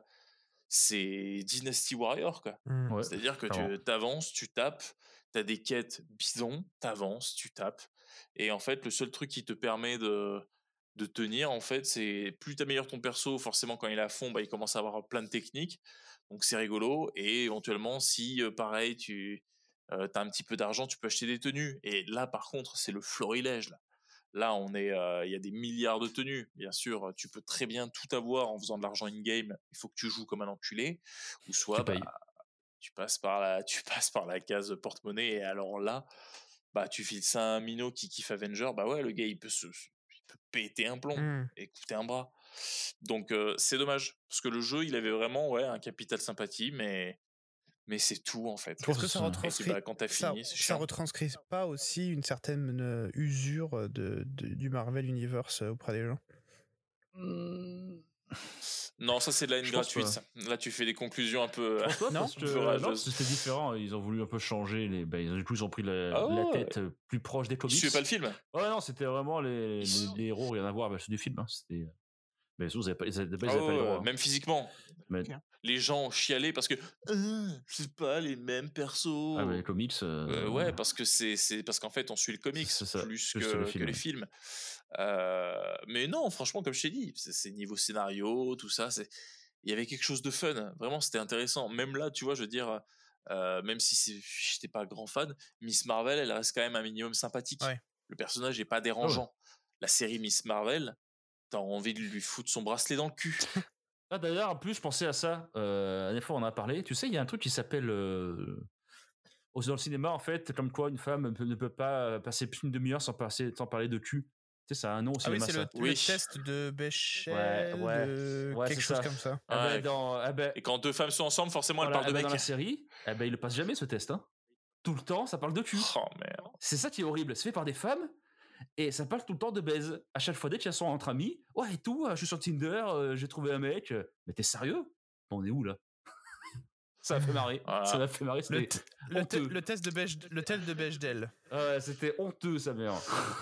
C'est Dynasty Warrior, quoi. Mm. Ouais, C'est-à-dire que clairement. tu t'avances, tu tapes, t'as des quêtes bidons, t'avances, tu tapes. Et en fait, le seul truc qui te permet de, de tenir, en fait, c'est plus t'améliores ton perso, forcément, quand il est à fond, bah, il commence à avoir plein de techniques. Donc c'est rigolo. Et éventuellement, si, euh, pareil, tu euh, as un petit peu d'argent, tu peux acheter des tenues. Et là, par contre, c'est le florilège, là. Là, on est, euh, il y a des milliards de tenues. Bien sûr, tu peux très bien tout avoir en faisant de l'argent in-game. Il faut que tu joues comme un enculé. Ou soit, Tu payes. bah, tu passes par la, tu passes par la case porte-monnaie. Et alors là, bah, tu files ça à un minot qui kiffe Avenger. Bah ouais, le gars, il peut se, il peut péter un plomb Mm. et coûter un bras. Donc, euh, c'est dommage. Parce que le jeu, il avait vraiment, ouais, un capital sympathie, mais, mais c'est tout, en fait. Est-ce que ça c'est ça. Et puis, retranscrit bah, quand t'as ça, fini, c'est ça chiant. retranscrit pas aussi une certaine euh, usure de, de- du Marvel Universe euh, auprès des gens? Non, ça c'est de la haine Je pense gratuite. pas. ça. Là, tu fais des conclusions un peu. Je pense pas, Non, parce que, peu non, rageuses. parce que c'était différent. Ils ont voulu un peu changer. Les, ben, du coup, ils ont pris la, Ah la ouais. tête euh, plus proche des Tu comics. suivais pas le film. Ouais, non, c'était vraiment les, les, les héros, rien à voir avec ceux du film. Hein. C'était... Mais surtout, ils avaient pas, ils avaient, ils Ah avaient pas ouais, le droit. hein. même physiquement. Mais, Les gens ont chialé parce que euh, c'est pas les mêmes persos. ah, mais les comics. euh, Euh, ouais, parce que c'est c'est parce qu'en fait on suit le comics C'est ça, plus plus que, que le que film, les ouais. films. Euh, mais non, franchement, comme je t'ai dit, c'est c'est niveau scénario, tout ça, c'est il y avait quelque chose de fun. Vraiment, c'était intéressant. Même là, tu vois, je veux dire, euh, même si c'est- j'étais pas grand fan, Miss Marvel, elle reste quand même un minimum sympathique. Ouais. Le personnage est pas Ah dérangeant. La série Miss Marvel, t'as envie de lui foutre son bracelet dans le cul. Ah, d'ailleurs, en plus, je pensais à ça. Euh, la dernière fois, on en a parlé. Tu sais, il y a un truc qui s'appelle. Euh, au- dans le cinéma, en fait, comme quoi une femme ne peut, ne peut pas passer plus d'une demi-heure sans, passer, sans parler de cul. Tu sais, ça a un nom au Ah oui, cinéma, c'est ça. le, Oui. le test de Bechdel, Ouais, ouais. de Ouais, quelque c'est chose ça. comme ça. Ah ben, Ouais. dans, ah ben, Et quand deux femmes sont ensemble, forcément, voilà, elles parlent ah de ben, mecs. dans la série, eh ben, il ne passe jamais ce test. Hein. Tout le temps, ça parle de cul. Oh merde. C'est ça qui est horrible. C'est fait par des femmes et ça parle tout le temps de baise. À chaque fois, dès qu'ils sont entre amis, ouais, et tout, euh, je suis sur Tinder, euh, j'ai trouvé un mec. euh, Mais t'es sérieux? On est où là? Ça m'a fait marrer. Voilà. Ça m'a fait marrer. Le, C'était t- le, te- honteux. le test de Bechdel, le test de Bechdel. Ouais, c'était honteux, sa mère.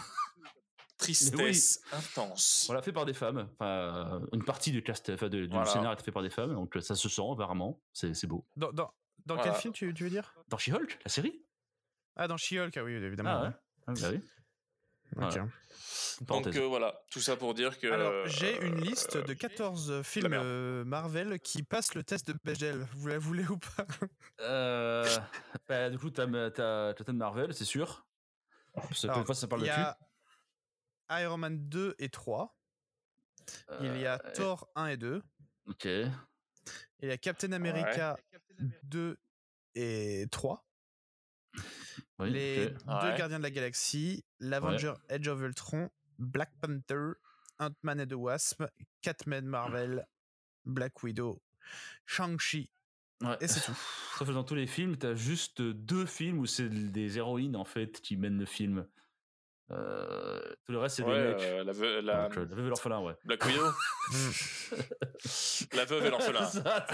Tristesse intense. Voilà, fait par des femmes. Enfin, une partie du cast, enfin, de- du Voilà. scénario est fait par des femmes, donc ça se sent apparemment. C'est, c'est beau. Dans, dans, dans Voilà. quel film tu, tu veux dire? Dans She-Hulk, la série? Ah, dans She-Hulk, ah oui, évidemment. Ah ouais. Ah, bah oui. Ok. Voilà. Une Donc parenthèse. euh, voilà, tout ça pour dire que. Alors, j'ai une euh, liste de quatorze films merde. euh, Marvel qui passent le test de Bechdel. Vous la voulez ou pas? Euh, bah, du coup, t'as, t'as Captain Marvel, c'est sûr. Parce que Alors, des fois, ça parle il de y cul. a Iron Man deux et trois. Il y a Euh, Thor un et deux. Ok. Il y a Captain America deux et trois. Oui, Les ok. deux Ouais. Gardiens de la Galaxie, l'Avenger Edge of Ultron, Black Panther, Ant-Man et the Wasp, Captain Marvel, Black Widow, Shang-Chi, Ouais. et c'est tout. Sauf que dans tous les films, t'as juste deux films où c'est des héroïnes en fait qui mènent le film. Euh, tout le reste, c'est Ouais, des mecs. euh, la, veuve, la, Donc, euh, la veuve et l'orphelin, ouais. Black Widow. La veuve et l'orphelin. Ça,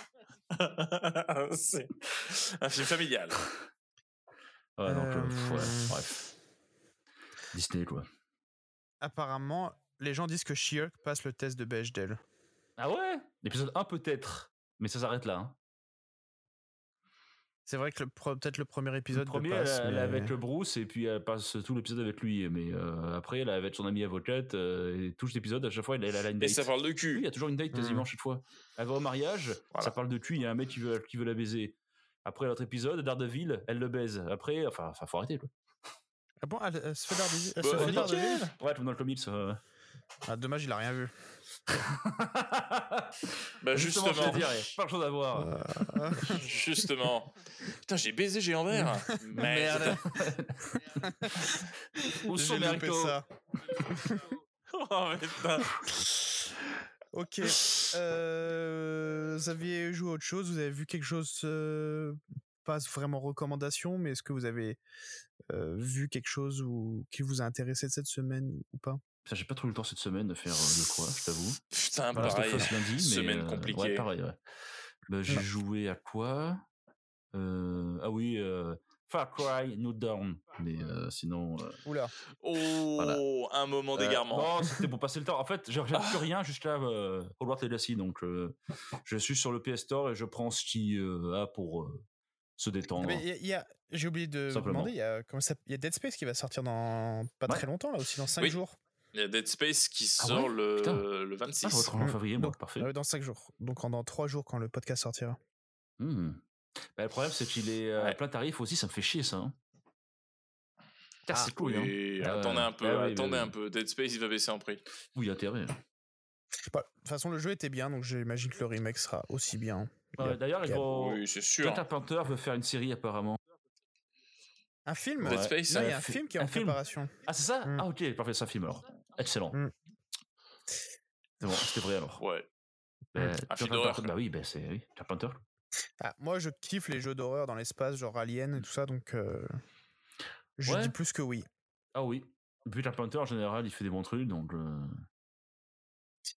C'est un film familial. ouais, donc, euh, pff, ouais, Euh, bref. Disney, quoi. Apparemment, les gens disent que She-Hulk passe le test de Bechdel. Ah ouais? L'épisode un peut-être, mais ça s'arrête là. Hein. C'est vrai que le pro- peut-être le premier Le épisode premier, le passe, elle, elle est mais- avec Bruce et puis elle passe tout l'épisode avec lui. Mais euh, après, elle est avec son ami avocate euh, et tout l'épisode, à chaque fois, elle, elle a une Et date. ça parle de Oui, il cul. y a toujours une date quasiment Mm. chaque fois. Elle va au mariage, Voilà. ça parle de cul, il y a un mec qui veut, qui veut la baiser. Après l'autre épisode, Daredevil, elle le baise. Après, enfin, enfin faut arrêter quoi. Ah bon, elle, elle se fait Daredevil elle Bah, se fait nickel. Daredevil Ouais, tout dans le comics. euh. Ah, dommage, il a rien vu. Bah Justement, je justement. veux dire, il y a pas grand chose à voir. Euh, Justement. Putain, j'ai baisé géant vert. Merde. Où sont J'ai mes loupé haricots? ça. Oh putain. Ok. Euh, vous aviez joué à autre chose? Vous avez vu quelque chose? euh, Pas vraiment recommandation, mais est-ce que vous avez euh, vu quelque chose ou qui vous a intéressé de cette semaine ou pas? Putain, j'ai pas trop eu le temps cette semaine de faire euh, de quoi, je t'avoue. Putain, Voilà, pareil. Last of Us lundi, mais, Semaine euh, compliquée. Ouais, pareil, ouais. Bah, j'ai Ouais. joué à quoi? Euh, Ah oui, euh, Far Cry New Dawn. Mais euh, sinon. euh, Oula. Oh, Voilà. un moment euh, d'égarement. non, c'était pour passer le temps. En fait, j'ai j'ai plus rien jusqu'à euh, Hogwarts Legacy. Donc, euh, je suis sur le P S Store et je prends ce qu'il euh, a pour euh, se détendre. Mais il y a- il y a- j'ai oublié de vous Simplement. demander, il y a, comment ça, il y a Dead Space qui va sortir dans pas Ouais. très longtemps, là aussi, dans cinq Oui. jours. Il y a Dead Space qui Ah sort ouais le, Putain. le Ah, je vingt-six. retrouve en Mm. février, moi, Donc, parfait. euh, dans cinq jours. Donc en- dans trois jours quand le podcast sortira. Hmm. Bah, le problème, c'est qu'il est euh, à Ouais. plein tarif aussi, ça me fait chier ça. Hein. Putain, Ah, c'est cool, hein. Oui, Ah ouais. attendez un peu, Ah oui, attendez oui, oui. un peu. Dead Space, il va baisser en prix. Oui, intérêt. Bah, de toute façon, le jeu était bien, donc j'imagine que le remake sera aussi bien. Il y a- Ouais, D'ailleurs, ils il y a- vont. Oui, c'est sûr. John Carpenter veut faire une série apparemment. Un film Dead Ouais. Space. Non, il y un a un fi- film qui est un en film. préparation. Ah, c'est ça Mm. Ah, ok, parfait, c'est un film alors. Excellent. Mm. C'est bon, c'était vrai alors. Ouais. Bah, Un John film Carpenter- d'horreur. Bah oui, bah, c'est oui, Carpenter. Ah, moi, je kiffe les jeux d'horreur dans l'espace, genre Alien et tout ça, donc euh, je Ouais. dis plus que oui. Ah oui. Puis Carpenter en général, il fait des bons trucs, donc. euh,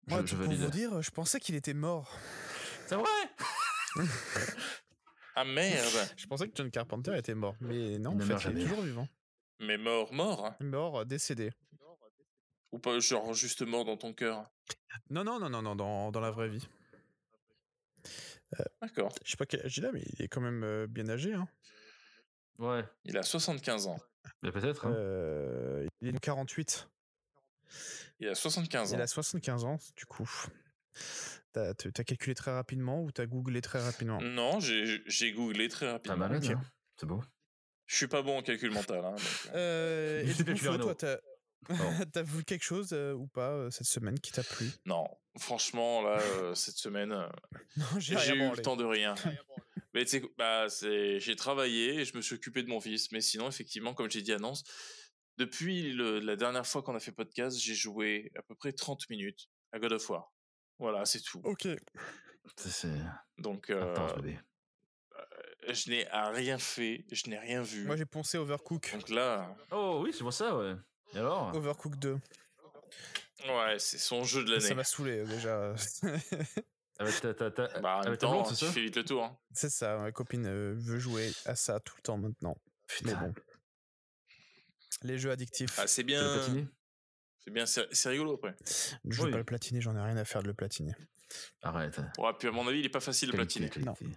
Moi, je, je pour valide. vous dire, je pensais qu'il était mort. C'est vrai. Ah merde. Je pensais que John Carpenter était mort, mais non, Il en ne fait, meurt il est jamais. toujours vivant. Mais mort, mort. Hein. Mort, euh, décédé. Ou pas, genre juste mort dans ton cœur. Non, non, non, non, non, dans, dans la vraie vie. D'accord. Je sais pas quel âge il a, mais il est quand même euh, bien âgé. Hein. Ouais. Il a soixante-quinze ans. Mais peut-être. Hein. Euh, il est de quarante-huit. Il a soixante-quinze ans. Il a soixante-quinze ans, du coup. T'as, t'as calculé très rapidement ou t'as googlé très rapidement? Non, j'ai, j'ai googlé très T'as rapidement. malade, Ok. hein. C'est beau. Je suis pas bon en calcul mental. Hein, donc, euh. Euh, et Juste du coup, calculer Flo, un toi, eau. t'as, Pardon. t'as vu quelque chose euh, ou pas euh, cette semaine qui t'a plu? Non, franchement, là, euh, cette semaine, euh, Non, j'ai j'ai rien eu le branlé. temps de rien. Mais tu sais, bah, c'est, j'ai travaillé et je me suis occupé de mon fils. Mais sinon, effectivement, comme j'ai dit à Nance, depuis le, la dernière fois qu'on a fait podcast, j'ai joué à peu près trente minutes à God of War. Voilà, c'est tout. Ok. C'est, c'est... Donc, euh, Intense, bébé. je n'ai rien fait, je n'ai rien vu. Moi, j'ai poncé Overcook. Donc là, Oh oui, c'est pour ça, ouais. Et alors? Overcook deux. ouais, c'est son jeu de Ça l'année. m'a saoulé euh, déjà. Avec ta, ta, ta, Bah, en même avec ta temps, blonde, hein, c'est tu ça? fais vite le tour. Hein. C'est ça, ma copine euh, veut jouer à ça tout le temps maintenant. Mais Putain. bon. Les jeux addictifs. Ah, c'est Tu l'as bien. platiné? C'est bien, c'est, c'est rigolo après. Je veux Oui. pas le platiner, j'en ai rien à faire de le platiner. Arrête. Ouais, puis à mon avis, il est pas facile de Qualité, platiner. qualité.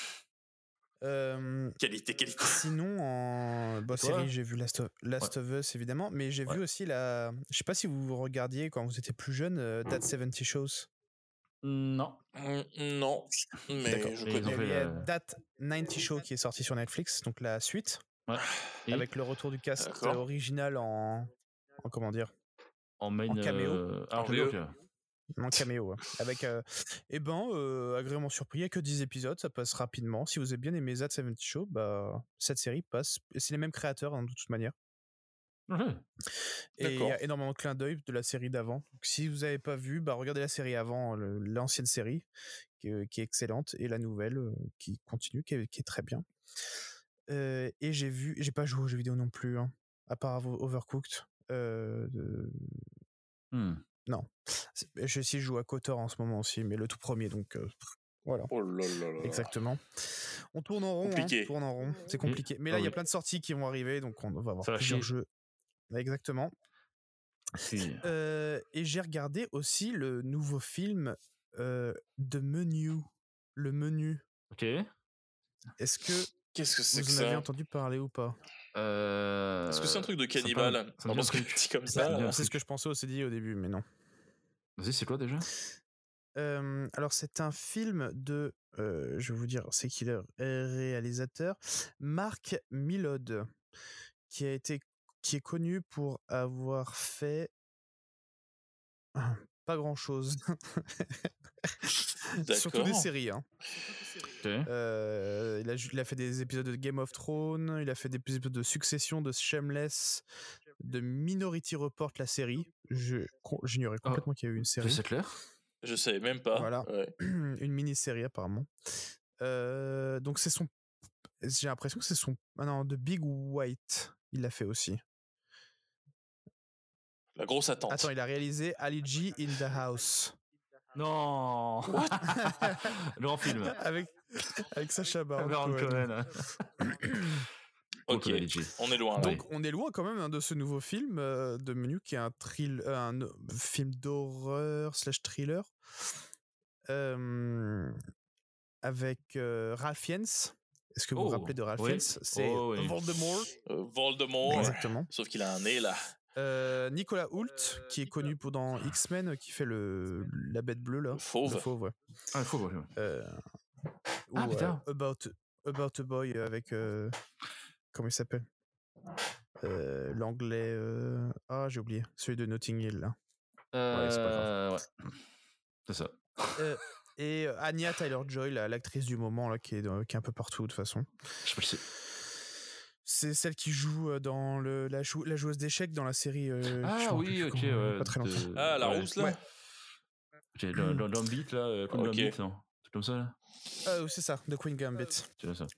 Euh, Qualité, qualité. sinon, en bon, Et toi série, j'ai vu Last of, Last Ouais. of Us évidemment, mais j'ai Ouais. vu aussi la. Je sais pas si vous regardiez quand vous étiez plus jeune, euh, That soixante-dix Shows. Non. Mm, non, mais D'accord. je Mais ils ont Il y connais. fait a la- That quatre-vingt-dix Show qui est sorti sur Netflix, donc la suite, Ouais. Et avec le retour du cast D'accord. euh, original en. En comment dire? en main. en caméo. euh, Ah, en En caméo, V O. ok. En caméo, ouais. Avec, euh, eh ben, euh, agréablement surpris, il n'y a que dix épisodes, ça passe rapidement. Si vous avez bien aimé That soixante-dix Show, bah, cette série passe. Et c'est les mêmes créateurs, hein, de toute manière. Ouais. Et il y D'accord. a énormément de clins d'œil de la série d'avant. Donc, si vous n'avez pas vu, bah, regardez la série avant, le- l'ancienne série, qui, est- qui est excellente, et la nouvelle, euh, qui continue, qui est, qui est très bien. Euh, et j'ai vu, j'ai pas joué aux jeux vidéo non plus, hein, à part à Overcooked. Euh, de- Hmm. Non. C'est- Je sais, je joue à KOTOR en ce moment aussi, mais le tout premier, donc euh, voilà. Oh là là là là. Exactement. On tourne en rond, hein, Compliqué. on tourne en rond. C'est compliqué. Mais là, Ah il y a oui. plein de sorties qui vont arriver, donc on va avoir Ça va plusieurs chier. jeux. Exactement. Si. Euh, et j'ai regardé aussi le nouveau film euh, The Menu. Le Menu. Ok. Est-ce que Qu'est-ce que c'est que vous en avez ça? entendu parler ou pas? Euh... Est-ce que c'est un truc de ça me cannibale? parle- ça me Non, dit un parce que truc. dit comme Ça ça. me dit un euh, C'est ce que je pensais aussi dit au début, mais non. Vas-y, c'est quoi déjà? Euh, alors c'est un film de, euh, je vais vous dire, c'est qui le réalisateur, Mark Millod, qui a été, qui est connu pour avoir fait ah, pas grand chose, surtout des D'accord. séries. Hein. Ok. Euh, il, a, ju- il a fait des épisodes de Game of Thrones, il a fait des épisodes de Succession, de Shameless, de Minority Report, la série. Je, con- j'ignorais Oh, complètement qu'il y a eu une série. C'est clair? Je savais même pas. Voilà. Ouais. Une mini-série apparemment. Euh, donc c'est son. J'ai l'impression que c'est son. Ah non, de Big White. Il l'a fait aussi. La grosse attente. Attends, il a réalisé Ali G in the House Non. Grand film. avec avec Sacha Baron Baron Cohen. Cohen. Ok, Cool, L G. on est loin. là. Donc on est loin quand même hein, de ce nouveau film euh, de Menu qui est un thrill, euh, un euh, film d'horreur slash thriller euh, avec euh, Ralph Fiennes. Est-ce que vous vous Oh, rappelez de Ralph oui. Fiennes? C'est Oh, oui. Voldemort. Euh, Voldemort. Exactement. Sauf qu'il a un nez là. Euh, Nicolas Hoult, qui est connu pour dans X-Men, qui fait le la bête bleue là, Le fauve. le fauve, ouais. Ah, il faut voir. Euh, Ah, ou, putain. euh, About About a Boy avec euh, comment il s'appelle euh, l'anglais euh, ah j'ai oublié celui de Notting Hill là. Ouais, c'est pas grave. Euh, ouais. C'est ça. Euh, et euh, Anya Taylor-Joy, la- l'actrice du moment là, qui est dans- qui est un peu partout de toute façon. Je sais pas si c'est. C'est celle qui joue euh, dans le la, jou- la joueuse d'échecs dans la série. euh, je me Ah rappelle oui, plus ok, comment, il y a ouais. pas très longtemps. de- Ah, la ouais. rousse là. Ouais. Ok, dans, dans, dans le beat là, euh, comme dans Ok. le beat, non? C'est comme ça là? Euh, c'est ça, The Queen Gambit. C'est ça.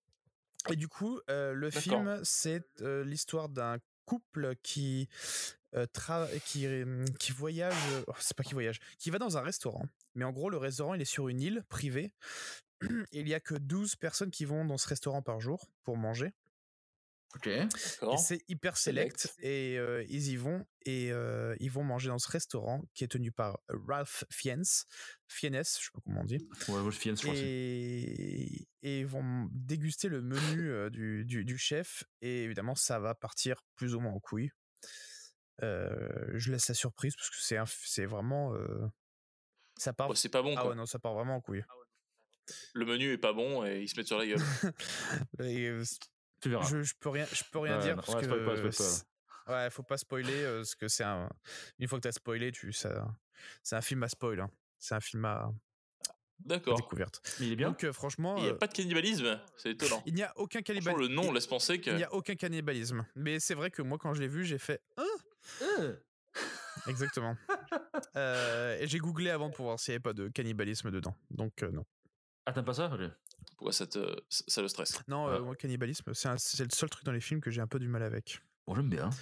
Et du coup, euh, le D'accord. film, c'est euh, l'histoire d'un couple qui euh, tra- qui, euh, qui voyage, oh, c'est pas qui voyage, qui va dans un restaurant. Mais en gros, le restaurant, il est sur une île privée. Et il y a que douze personnes qui vont dans ce restaurant par jour pour manger. Ok. Et D'accord. c'est hyper select. Select. Et euh, ils y vont. Et euh, ils vont manger dans ce restaurant qui est tenu par Ralph Fiennes. Fiennes, je sais pas comment on dit. Ouais, Wolf Fiennes, je crois. c'est- Et, et ils vont déguster le menu euh, du, du, du chef. Et évidemment, ça va partir plus ou moins en couille. Euh, je laisse la surprise parce que c'est, un, c'est vraiment. Euh, ça part. Bon, c'est pas bon, Ah quoi. ouais, non, ça part vraiment en couille. Le menu est pas bon et ils se mettent sur la gueule. Et, euh, Tu verras. je, je peux rien, je peux rien Ouais, dire non, parce ouais, que. spoil pas, spoil pas. c'est- Ouais, faut pas spoiler euh, parce que c'est un. Une fois que t'as spoilé, tu, ça, c'est un film à spoil. Hein. C'est un film à, à D'accord. découverte. Mais il est bien. Donc euh, franchement, Il n'y a euh, pas de cannibalisme. C'est étonnant. il n'y a aucun Franchement, cannibalisme. le nom laisse penser que. Il n'y a aucun cannibalisme. Mais c'est vrai que moi, quand je l'ai vu, j'ai fait. Hein Euh. Exactement. Euh, et j'ai googlé avant pour voir s'il n'y avait pas de cannibalisme dedans. Donc, euh, non. Ah, t'aimes pas ça? Ok. Pourquoi ça, te... ça le stresse? Non, euh, Ouais. moi, cannibalisme, c'est, un- c'est le seul truc dans les films que j'ai un peu du mal avec. Bon, j'aime bien.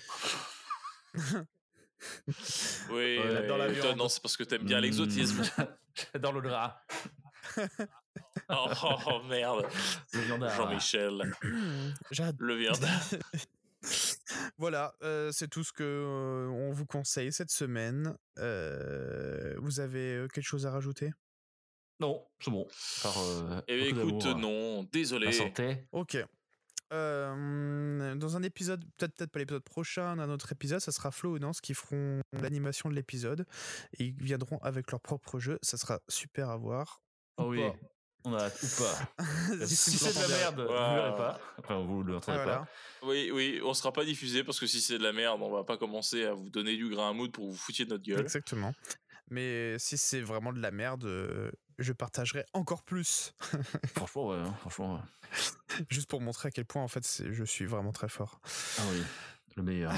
Oui, Ouais, dans la mais toi, viande. non, c'est parce que t'aimes bien l'exotisme. Mmh. J'adore le gras. oh, oh, oh, merde. Le viandard. Jean-Michel, J'adore. le viandard. Voilà, euh, c'est tout ce que euh, on vous conseille cette semaine. Euh, vous avez euh, quelque chose à rajouter? Non, c'est bon. Par, euh, Eh bien, beaucoup écoute, d'amour, non, La désolé. santé. Ok. Euh, dans un épisode, peut-être peut-être pas l'épisode prochain, un autre épisode, ça sera Flo et Nance qui feront l'animation de l'épisode. Et ils viendront avec leur propre jeu. Ça sera super à voir. Oh Ou oui. pas. On a hâte ou pas. Si, Si c'est vous de la l'entendez- merde, vous Wow. ne verrez pas. Enfin, vous ne l'entendez Voilà. pas. Oui, oui, on sera pas diffusé parce que si c'est de la merde, on va pas commencer à vous donner du grain à moudre pour vous foutiez de notre gueule. Exactement. Mais si c'est vraiment de la merde, euh, je partagerai encore plus. Franchement, ouais. hein, Franchement, ouais. Juste pour montrer à quel point, en fait, c'est- je suis vraiment très fort. Ah oui, le meilleur.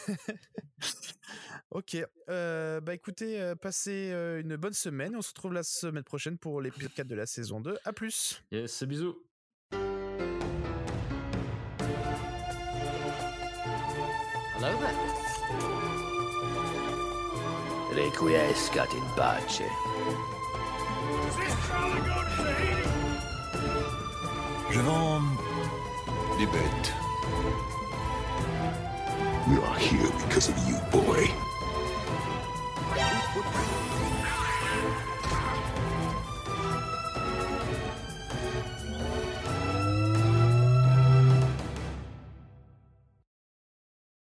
Ok. Euh, bah écoutez, euh, passez euh, une bonne semaine. On se retrouve la semaine prochaine pour l'épisode quatre de la saison deux. À plus. Yes, bisous. Hello there. Requiescat in pace. Je vends des bêtes. We are here because of you, boy.